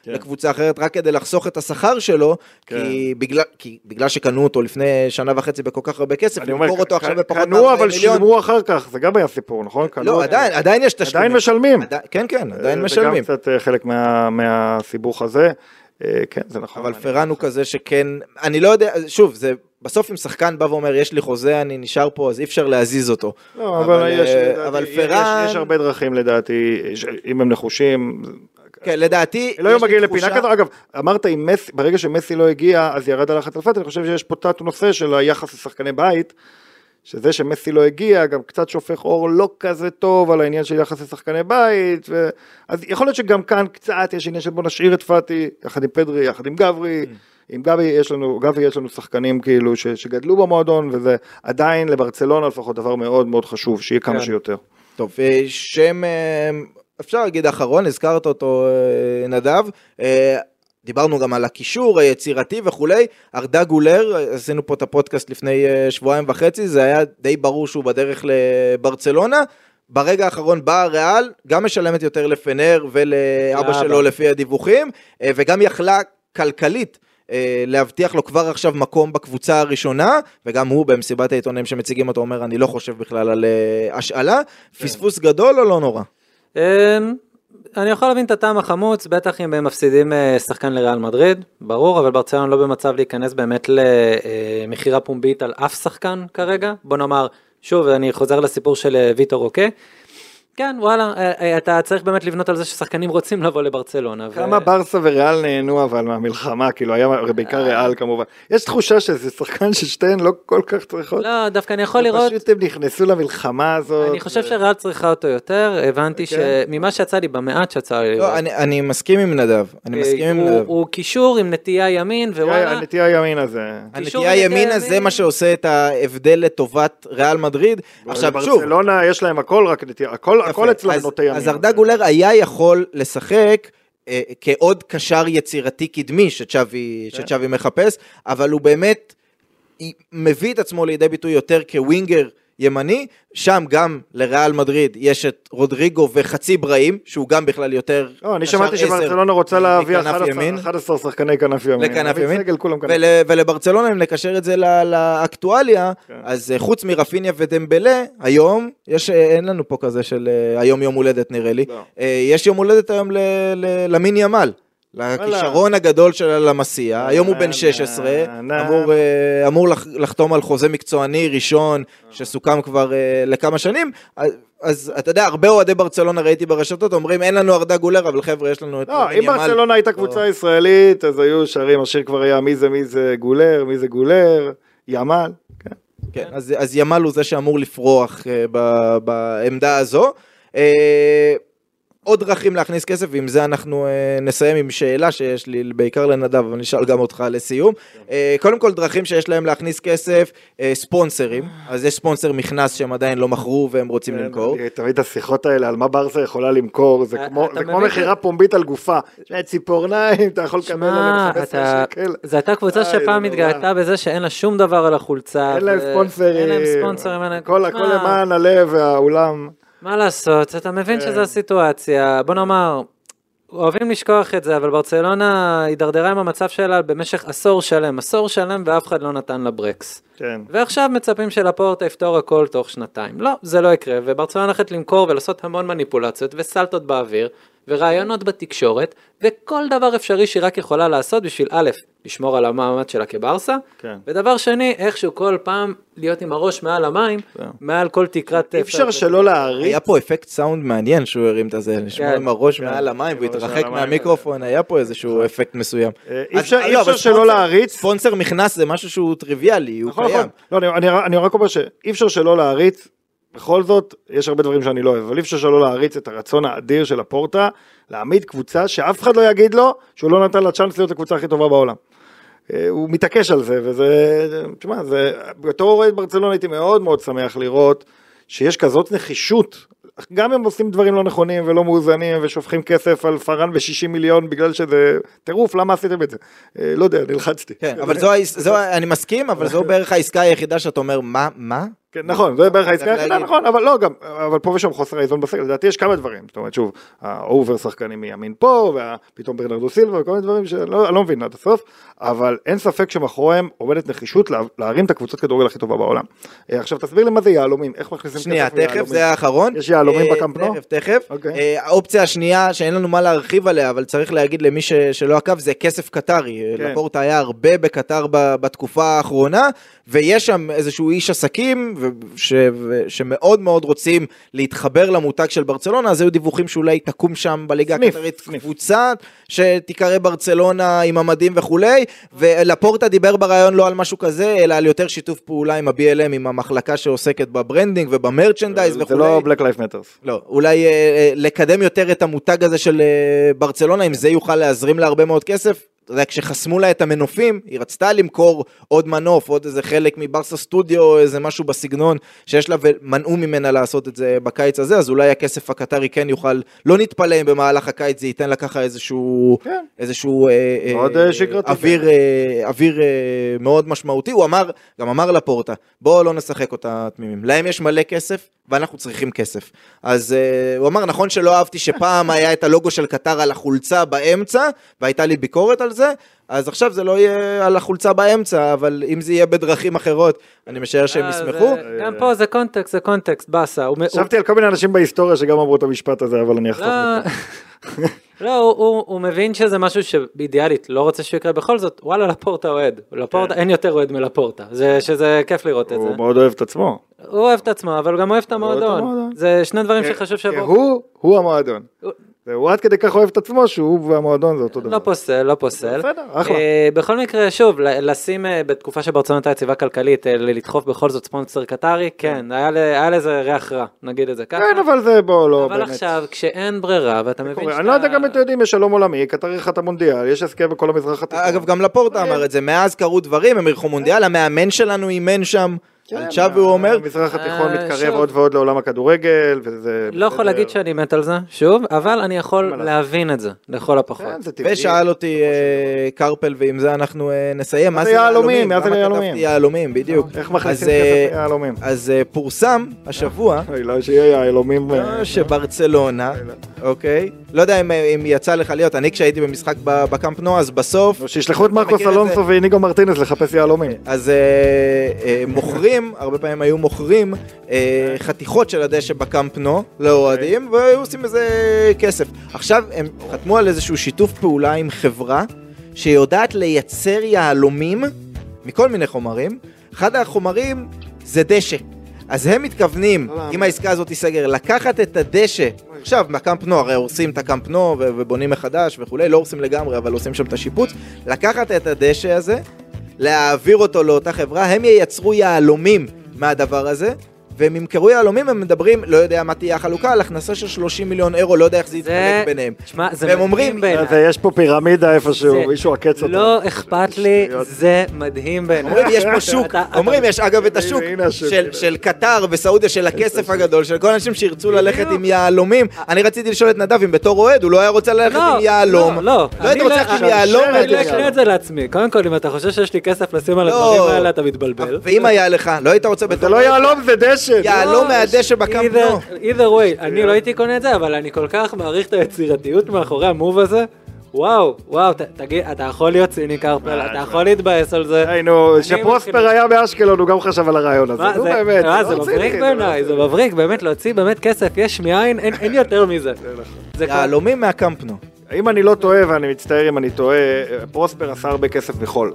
C: לקבוצה אחרת, רק כדי לחסוך את השכר שלו, כי בגלל, כי בגלל שקנו אותו לפני שנה וחצי בכל כך הרבה כסף, למכור אותו עכשיו בפחות
A: קנו אבל שילמו אחר כך, זה גם היה סיפור, נכון?
C: לא, עדיין, עדיין יש תשלומים.
A: עדיין משלמים.
C: כן, כן, עדיין משלמים.
A: זה גם קצת חלק מהסיבוך הזה. כן, זה נכון.
C: אבל פרן הוא כזה שכן, אני לא יודע, שוב, זה בסוף אם שחקן בא ואומר, יש לי חוזה, אני נשאר פה, אז אי אפשר להזיז אותו.
A: לא, אבל יש, אבל פרן... יש הרבה דרכים לדעתי, אם הם נחושים...
C: כן, לדעתי...
A: לא היו מגיעים לפינה כזו, אגב, אמרת, ברגע שמסי לא הגיע, אז ירד הלחץ על פאטי, אני חושב שיש פה תת נושא של היחס לשחקני בית, שזה שמסי לא הגיע, גם קצת שופך אור לא כזה טוב על העניין של יחס לשחקני בית, ו... אז יכול להיות שגם כאן קצת יש עניין של בוא נשאיר את פאטי, יחד עם פדרי, יחד עם גברי, עם גבי יש לנו, גבי יש לנו שחקנים כאילו ש... שגדלו במועדון, וזה עדיין לברצלונה לפחות דבר מאוד מאוד חשוב, שיהיה כמה שיותר.
C: טוב, שם, אפשר להגיד אחרון, הזכרת אותו נדב, דיברנו גם על הקישור היצירתי וכולי, ארדה גולר, עשינו פה את הפודקאסט לפני שבועיים וחצי, זה היה די ברור שהוא בדרך לברצלונה, ברגע האחרון בא ריאל, גם משלמת יותר לפנר ולאבא שלו לפי הדיווחים, וגם יכלה כלכלית, להבטיח לו כבר עכשיו מקום בקבוצה הראשונה, וגם הוא במסיבת העיתונאים שמציגים אותו אומר, אני לא חושב בכלל על השאלה, פספוס גדול או לא נורא?
D: אני יכול להבין את הטעם החמוץ, בטח אם הם מפסידים שחקן לריאל מדריד, ברור, אבל ברצלונה לא במצב להיכנס באמת למחירה פומבית על אף שחקן כרגע, בוא נאמר, שוב, אני חוזר לסיפור של ויטור רוקה, כן, וואלה, אתה צריך באמת לבנות על זה ששחקנים רוצים לבוא לברצלונה.
A: כמה ברסה וריאל נהנו אבל מהמלחמה, כאילו היה בעיקר ריאל כמובן. יש תחושה שזה שחקן ששתיהן לא כל כך צריכות.
D: לא, דווקא אני יכול לראות...
A: פשוט הם נכנסו למלחמה הזאת.
D: אני חושב שריאל צריכה אותו יותר, הבנתי שממה שיצא לי במעט שיצא לי...
C: לא, אני מסכים עם נדב, אני מסכים עם נדב.
D: הוא קישור עם נטייה ימין, ווואלה...
A: הנטייה ימין הזה.
C: הנטייה ימין הזה מה שעושה את ההבדל לטובת ריאל מדריד. עכשיו, שוב...
A: ברצלונה יש להם הכל, רק נטייה, הכל הכל אצלם נוטה ימין.
C: אז ארדה גולר היה יכול לשחק אה, כעוד קשר יצירתי קדמי שצ'אבי, כן. שצ'אבי מחפש, אבל הוא באמת מביא את עצמו לידי ביטוי יותר כווינגר ימני, שם גם לריאל מדריד יש את רודריגו וחצי בראים, שהוא גם בכלל יותר...
A: לא, אני שמעתי שברצלונה רוצה להביא אחד עשר שחקני כנף ימין.
C: לכנף ימין, ול, ולברצלונה אם נקשר את זה לאקטואליה, כן. אז חוץ מרפיניה ודמבלה, היום, יש, אין לנו פה כזה של היום יום הולדת נראה לי, לא. יש יום הולדת היום למין ימל. לכישרון הגדול של הלמסיע, היום הוא בן שש עשרה, אמור לחתום על חוזה מקצועני ראשון, שסוכם כבר לכמה שנים, אז אתה יודע, הרבה אוהדי ברצלונה ראיתי ברשתות, אומרים אין לנו ארדה גולר, אבל חבר'ה יש לנו את...
A: לא, אם ברצלונה הייתה קבוצה ישראלית, אז היו שרים, השיר כבר היה מי זה מי זה גולר, מי זה גולר, ימל,
C: כן. אז ימל הוא זה שאמור לפרוח בעמדה הזו, עוד דרכים להכניס כסף, ועם זה אנחנו אה, נסיים עם שאלה שיש לי בעיקר לנדב, אבל נשאל גם אותך לסיום. אה, קודם כל דרכים שיש להם להכניס כסף, אה, ספונסרים, אז יש ספונסר מכנס שהם עדיין לא מכרו והם רוצים למכור.
A: תמיד השיחות האלה על מה ברסה יכולה למכור, זה כמו, זה כמו מחירה פומבית על גופה. ציפורניים, אתה יכול לקבל עליהם חמש עשרה שקל.
D: זו הייתה קבוצה שפעם התגאתה בזה שאין לה שום דבר על החולצה.
A: אין להם ספונסרים.
D: אין להם ספונסרים.
A: כל למען הלב והאולם.
D: מה לעשות, אתה מבין שזו הסיטואציה, בוא נאמר, אוהבים לשכוח את זה, אבל ברצלונה הידרדרה עם המצב שלה במשך עשור שלם, עשור שלם ואף אחד לא נתן לה ברקס. כן. ועכשיו מצפים שלפורטה יפתור הכל תוך שנתיים. לא, זה לא יקרה, וברצלונה הולכת למכור ולעשות המון מניפולציות וסלטות באוויר, ורעיונות בתקשורת, וכל דבר אפשרי שהיא רק יכולה לעשות בשביל א', לשמור על המעמד שלה כברסה, כן. ודבר שני, איכשהו כל פעם להיות עם הראש מעל המים, כן. מעל כל תקרת...
A: אי אפשר שלא להריץ.
C: היה פה אפקט סאונד מעניין שהוא הרים את הזה, לשמור עם הראש מעל המים, והתרחק מהמיקרופון, היה פה איזשהו אפקט מסוים.
A: אי אפשר שלא להריץ.
C: ספונסר מכנס זה משהו שהוא טריוויאלי, הוא קיים.
A: לא, אני רק אומר שאי אפשר שלא להריץ, בכל זאת, יש הרבה דברים שאני לא אוהב, אבל אי אפשר שלא להריץ את הרצון האדיר של הפורטה, להעמיד קבוצה שאף אחד לא יגיד לו שהוא לא נתן לה צ'אנס להיות הקבוצה הכי טובה בעולם. הוא מתעקש על זה, וזה, תשמע, זה, בתור אוהד ברצלונה הייתי מאוד מאוד שמח לראות שיש כזאת נחישות, גם הם עושים דברים לא נכונים ולא מאוזנים, ושופכים כסף על פארן ב-שישים מיליון, בגלל שזה טירוף, למה עשיתם את זה? לא יודע, נלחצתי.
C: כן, אבל זו, זו, אני מסכים, אבל זו בערך העסקה היחידה שאתה אומר, מה, מה?
A: כן, נכון, זה בערך העסקה היחידה,
C: להגיד.
A: נכון, אבל לא גם, אבל פה ושם חוסר האיזון בסגל, לדעתי יש כמה דברים, זאת אומרת, שוב, האובר שחקנים מימין פה, ופתאום ברנרדו סילבה, וכל מיני דברים שלא לא מבין עד הסוף, אבל אין ספק שמאחוריהם עומדת נחישות לה, להרים את הקבוצת כדורגל הכי טובה בעולם. עכשיו תסביר לי מה זה יהלומים, איך מכניסים
C: שנייה,
A: כסף ליהלומים?
C: תכף, זה האחרון.
A: יש יהלומים
C: אה,
A: בקמפ נו?
C: תכף, תכף.
A: אוקיי.
C: אה, האופציה השנייה, שאין לנו מה להרחיב עליה, אבל צריך להגיד למי ש- שלא עקב, זה כסף קטרי.
A: כן.
C: לפורטה היה הרבה בקטר ב- בתקופה האחרונה, ויש שם איזשהו איש עסקים, ו- ש- ו- שמאוד מאוד רוצים להתחבר למותג של ברצלונה, אז היו דיווחים שאולי תקום שם בליגה
A: סניף,
C: הקטרית
A: סניף.
C: קבוצה, שתיקרא ברצלונה עם המדים וכולי, ולפורטה דיבר ברעיון לא על משהו כזה, אלא על יותר שיתוף פעולה עם ה-בי אל אם, עם המחלקה שעוסקת בברנדינג ובמרצ'נדייז וכולי.
A: זה לא Black Lives Matters.
C: לא, אולי אה, לקדם יותר את המותג הזה של אה, ברצלונה, אם זה יוכל להזרים לה הרבה מאוד כסף. אתה יודע, כשחסמו לה את המנופים, היא רצתה למכור עוד מנוף, עוד איזה חלק מברסה סטודיו, איזה משהו בסגנון שיש לה, ומנעו ממנה לעשות את זה בקיץ הזה, אז אולי הכסף הקטרי כן יוכל, לא נתפלא אם במהלך הקיץ זה ייתן לה ככה איזשהו,
A: כן.
C: איזשהו אה,
A: מאוד
C: אה,
A: שגרתי.
C: אוויר, אה, אוויר אה, מאוד משמעותי. הוא אמר, גם אמר לפורטה, בואו לא נשחק אותה תמימים. להם יש מלא כסף, ואנחנו צריכים כסף. אז uh, הוא אמר, נכון שלא אהבתי שפעם היה את הלוגו של קטר על החולצה באמצע, והייתה לי ביקורת על זה, אז עכשיו זה לא יהיה על החולצה באמצע, אבל אם זה יהיה בדרכים אחרות, אני משער שהם
D: אה,
C: ישמחו.
D: זה- גם פה זה קונטקסט, זה קונטקסט, באסה. הוא- הוא-
A: חשבתי על כל מיני אנשים בהיסטוריה שגם אמרו את המשפט הזה, אבל אני אחסוך
D: לא,
A: מכם.
D: לא, הוא- הוא הוא מבין שזה משהו שאידיאלית לא רוצה שיקרה בכל זאת, וואלה, לפורטה אוהד. לפורטה, אין יותר אוהד מלפורטה. זה שזה כיף לראות את זה.
A: הוא מאוד אוהב את עצמו.
D: הוא אוהב את עצמו, אבל הוא גם אוהב את
A: אוהב את
D: המועדון.
A: המועדון.
D: זה שני דברים שחשוב
A: כי
D: שיבואו.
A: הוא, הוא המועדון.
D: הוא-
A: הוא עד כדי כך אוהב את עצמו, שהוא והמועדון זה אותו דבר.
D: לא פוסל, לא פוסל.
A: בסדר, אחלה.
D: אה, בכל מקרה, שוב, ל- לשים אה, בתקופה שברצלונה הייתה יציבה כלכלית, אה, לדחוף בכל זאת ספונסר קטרי, כן, היה ל- היה לזה ריח רע, נגיד את זה ככה.
A: כן, אבל זה בוא, לא
D: אבל
A: באמת.
D: עכשיו, כשאין ברירה, ואתה מבין
A: קורה. אני לא יודע גם אם אתם יודעים, יש שלום עולמי, קטר אירחה את המונדיאל, יש הסכם בכל המזרח התיכון.
C: אגב, גם לפורטה אמר את זה, מאז קרו דברים, הם אירחו מונדיאל, המאמן שלנו אימן שם, על צ'אבי הוא אומר,
A: המזרח התיכון
D: אה,
A: מתקרב
D: שוב.
A: עוד ועוד לעולם הכדורגל, וזה...
D: לא יכול
A: בסדר.
D: להגיד שאני מת על זה, שוב, אבל אני יכול
A: מה לעשות?
D: להבין את זה, לכל הפחות.
A: כן, זה טבעי.
C: ושאל אותי אה, קרפל, ועם זה אנחנו אה, נסיים, מה
A: זה
C: זה
A: יהלומים? מה זה
C: למה
A: יהלומים?
C: כתבתי יהלומים, בדיוק.
A: איך מכניסים
C: אז, אה,
A: כסף ליהלומים?
C: אז אה, פורסם השבוע,
A: אוי, לא, שיהיה יהלומים...
C: אה, שברצלונה, אוקיי, לא יודע אם, אם יצא לך להיות, אני כשהייתי במשחק ב- בקאמפ נו, אז בסוף,
A: לא, שישלחו את
C: אתה
A: מרקוס
C: מכיר את
A: אלונסו
C: זה?
A: ואיניגו מרטינס לחפש יהלומים.
C: אז אה, אה, מוכרים, הרבה פעמים היו מוכרים אה, חתיכות של הדשא בקאמפ נו לאוהדים, והיו עושים איזה כסף. עכשיו הם חתמו על איזשהו שיתוף פעולה עם חברה שיודעת לייצר יהלומים מכל מיני חומרים. אחד החומרים זה דשא. אז הם מתכוונים, אם העסקה הזאת תיסגר, לקחת את הדשא, עכשיו מהקאמפ נו, הרי הורסים את הקאמפ נו ו- ובונים מחדש וכולי, לא הורסים לגמרי, אבל עושים שם את השיפוץ, לקחת את הדשא הזה, להעביר אותו לאותה חברה, הם ייצרו יהלומים מהדבר הזה, והם ימכרו יהלומים, הם מדברים, לא יודע מה תהיה החלוקה, על הכנסה של שלושים מיליון אירו, לא יודע איך זה יתחלק ביניהם.
D: תשמע, זה
C: והם
D: מדהים
C: אומרים,
D: בעיניי.
A: זה, יש פה פירמידה איפשהו,
D: זה-
A: מישהו עקץ אותו.
D: לא אכפת לי, זה מדהים בעיניי.
C: אומרים יש פה שוק,
D: אתה- אתה-
C: אומרים יש אגב את השוק
A: הנה השוק,
C: של-
A: הנה.
C: של קטר וסעודיה, של הכסף הגדול, של כל האנשים שירצו ללכת עם יהלומים. אני רציתי לשאול את נדב אם בתור אוהד הוא לא היה רוצה ללכת
D: לא,
C: עם יהלום.
D: לא, לא.
C: לא היית
D: אני
C: רוצה ללכת עם
D: אני-
C: יהלום
D: אני לא
C: מהדשא.
D: אקנה את זה לעצמי. קודם כל, אם אתה חושב שיש לי כסף לשים על
C: לא.
D: הדברים האלה, אתה מתבלבל.
C: ואם היה לך, לא היית רוצה
A: זה
C: בתור...
A: לא יהלום, זה דשא.
C: יהלום מהדשא בקאמפ נו.
D: either- either way, אני לא הייתי קונה את זה, אבל אני כל כך מעריך את היצירתיות מאחורי המוב הזה. וואו, וואו, ת- תגיד, אתה יכול להיות ציני קרפל, אתה יכול להתבאס על זה.
A: היינו,
D: אני
A: שפרוספר
D: מבחינת-
A: היה באשקלון, הוא גם חשב על הרעיון הזה.
D: מה,
A: נו
D: זה-
A: באמת.
D: אה,
A: לא
D: זה
A: רציני,
D: מבריק
A: זה
D: בעיניי,
A: לא
D: זה מבריק, באמת, להוציא באמת כסף יש מאין, אין אין יותר מזה. זה כל-
C: יהלומים מהקאמפ נו.
A: אם אני לא טועה, ואני מצטער אם אני טועה, פרוספר עשה הרבה כסף בחול.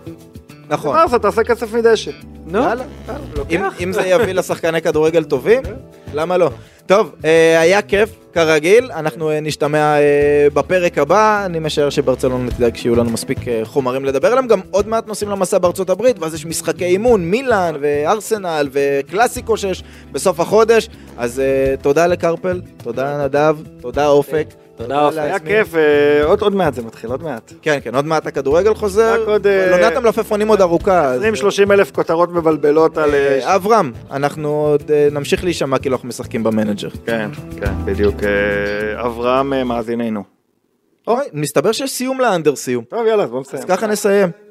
C: נכון.
A: מה לעשות, תעשה כסף מדשא.
D: נו,
C: יאללה, אם- אם זה יביא לשחקני כדורגל טובים, למה לא? טוב, אה, היה כיף, כרגיל, אנחנו אה, נשתמע אה, בפרק הבא, אני משער שברצלונה תדאג שיהיו לנו מספיק אה, חומרים לדבר עליהם, גם עוד מעט נוסעים למסע בארצות הברית, ואז יש משחקי אימון, מילאן וארסנל וקלאסיקו שיש בסוף החודש, אז אה, תודה לקרפל, תודה נדב, תודה אופק.
D: תודה, אופק.
A: היה
C: להזמין.
A: כיף, אה, עוד עוד מעט זה מתחיל, עוד מעט.
C: כן, כן, עוד מעט הכדורגל חוזר,
A: רק עוד, אה,
C: עונת המלפפונים עוד ארוכה. אז,
A: עשרים שלושים אלף כותרות מבלבלות על... אה,
C: אה, אברהם, אנחנו עוד אה, נמשיך להישמע כאילו אנחנו משחקים במנג'ר.
A: כן, כן, בדיוק. אה, אברהם אה, מאזיננו.
C: אוי, מסתבר שיש סיום לאנדר סיום.
A: טוב, יאללה, אז בוא נסיים.
C: אז ככה נסיים.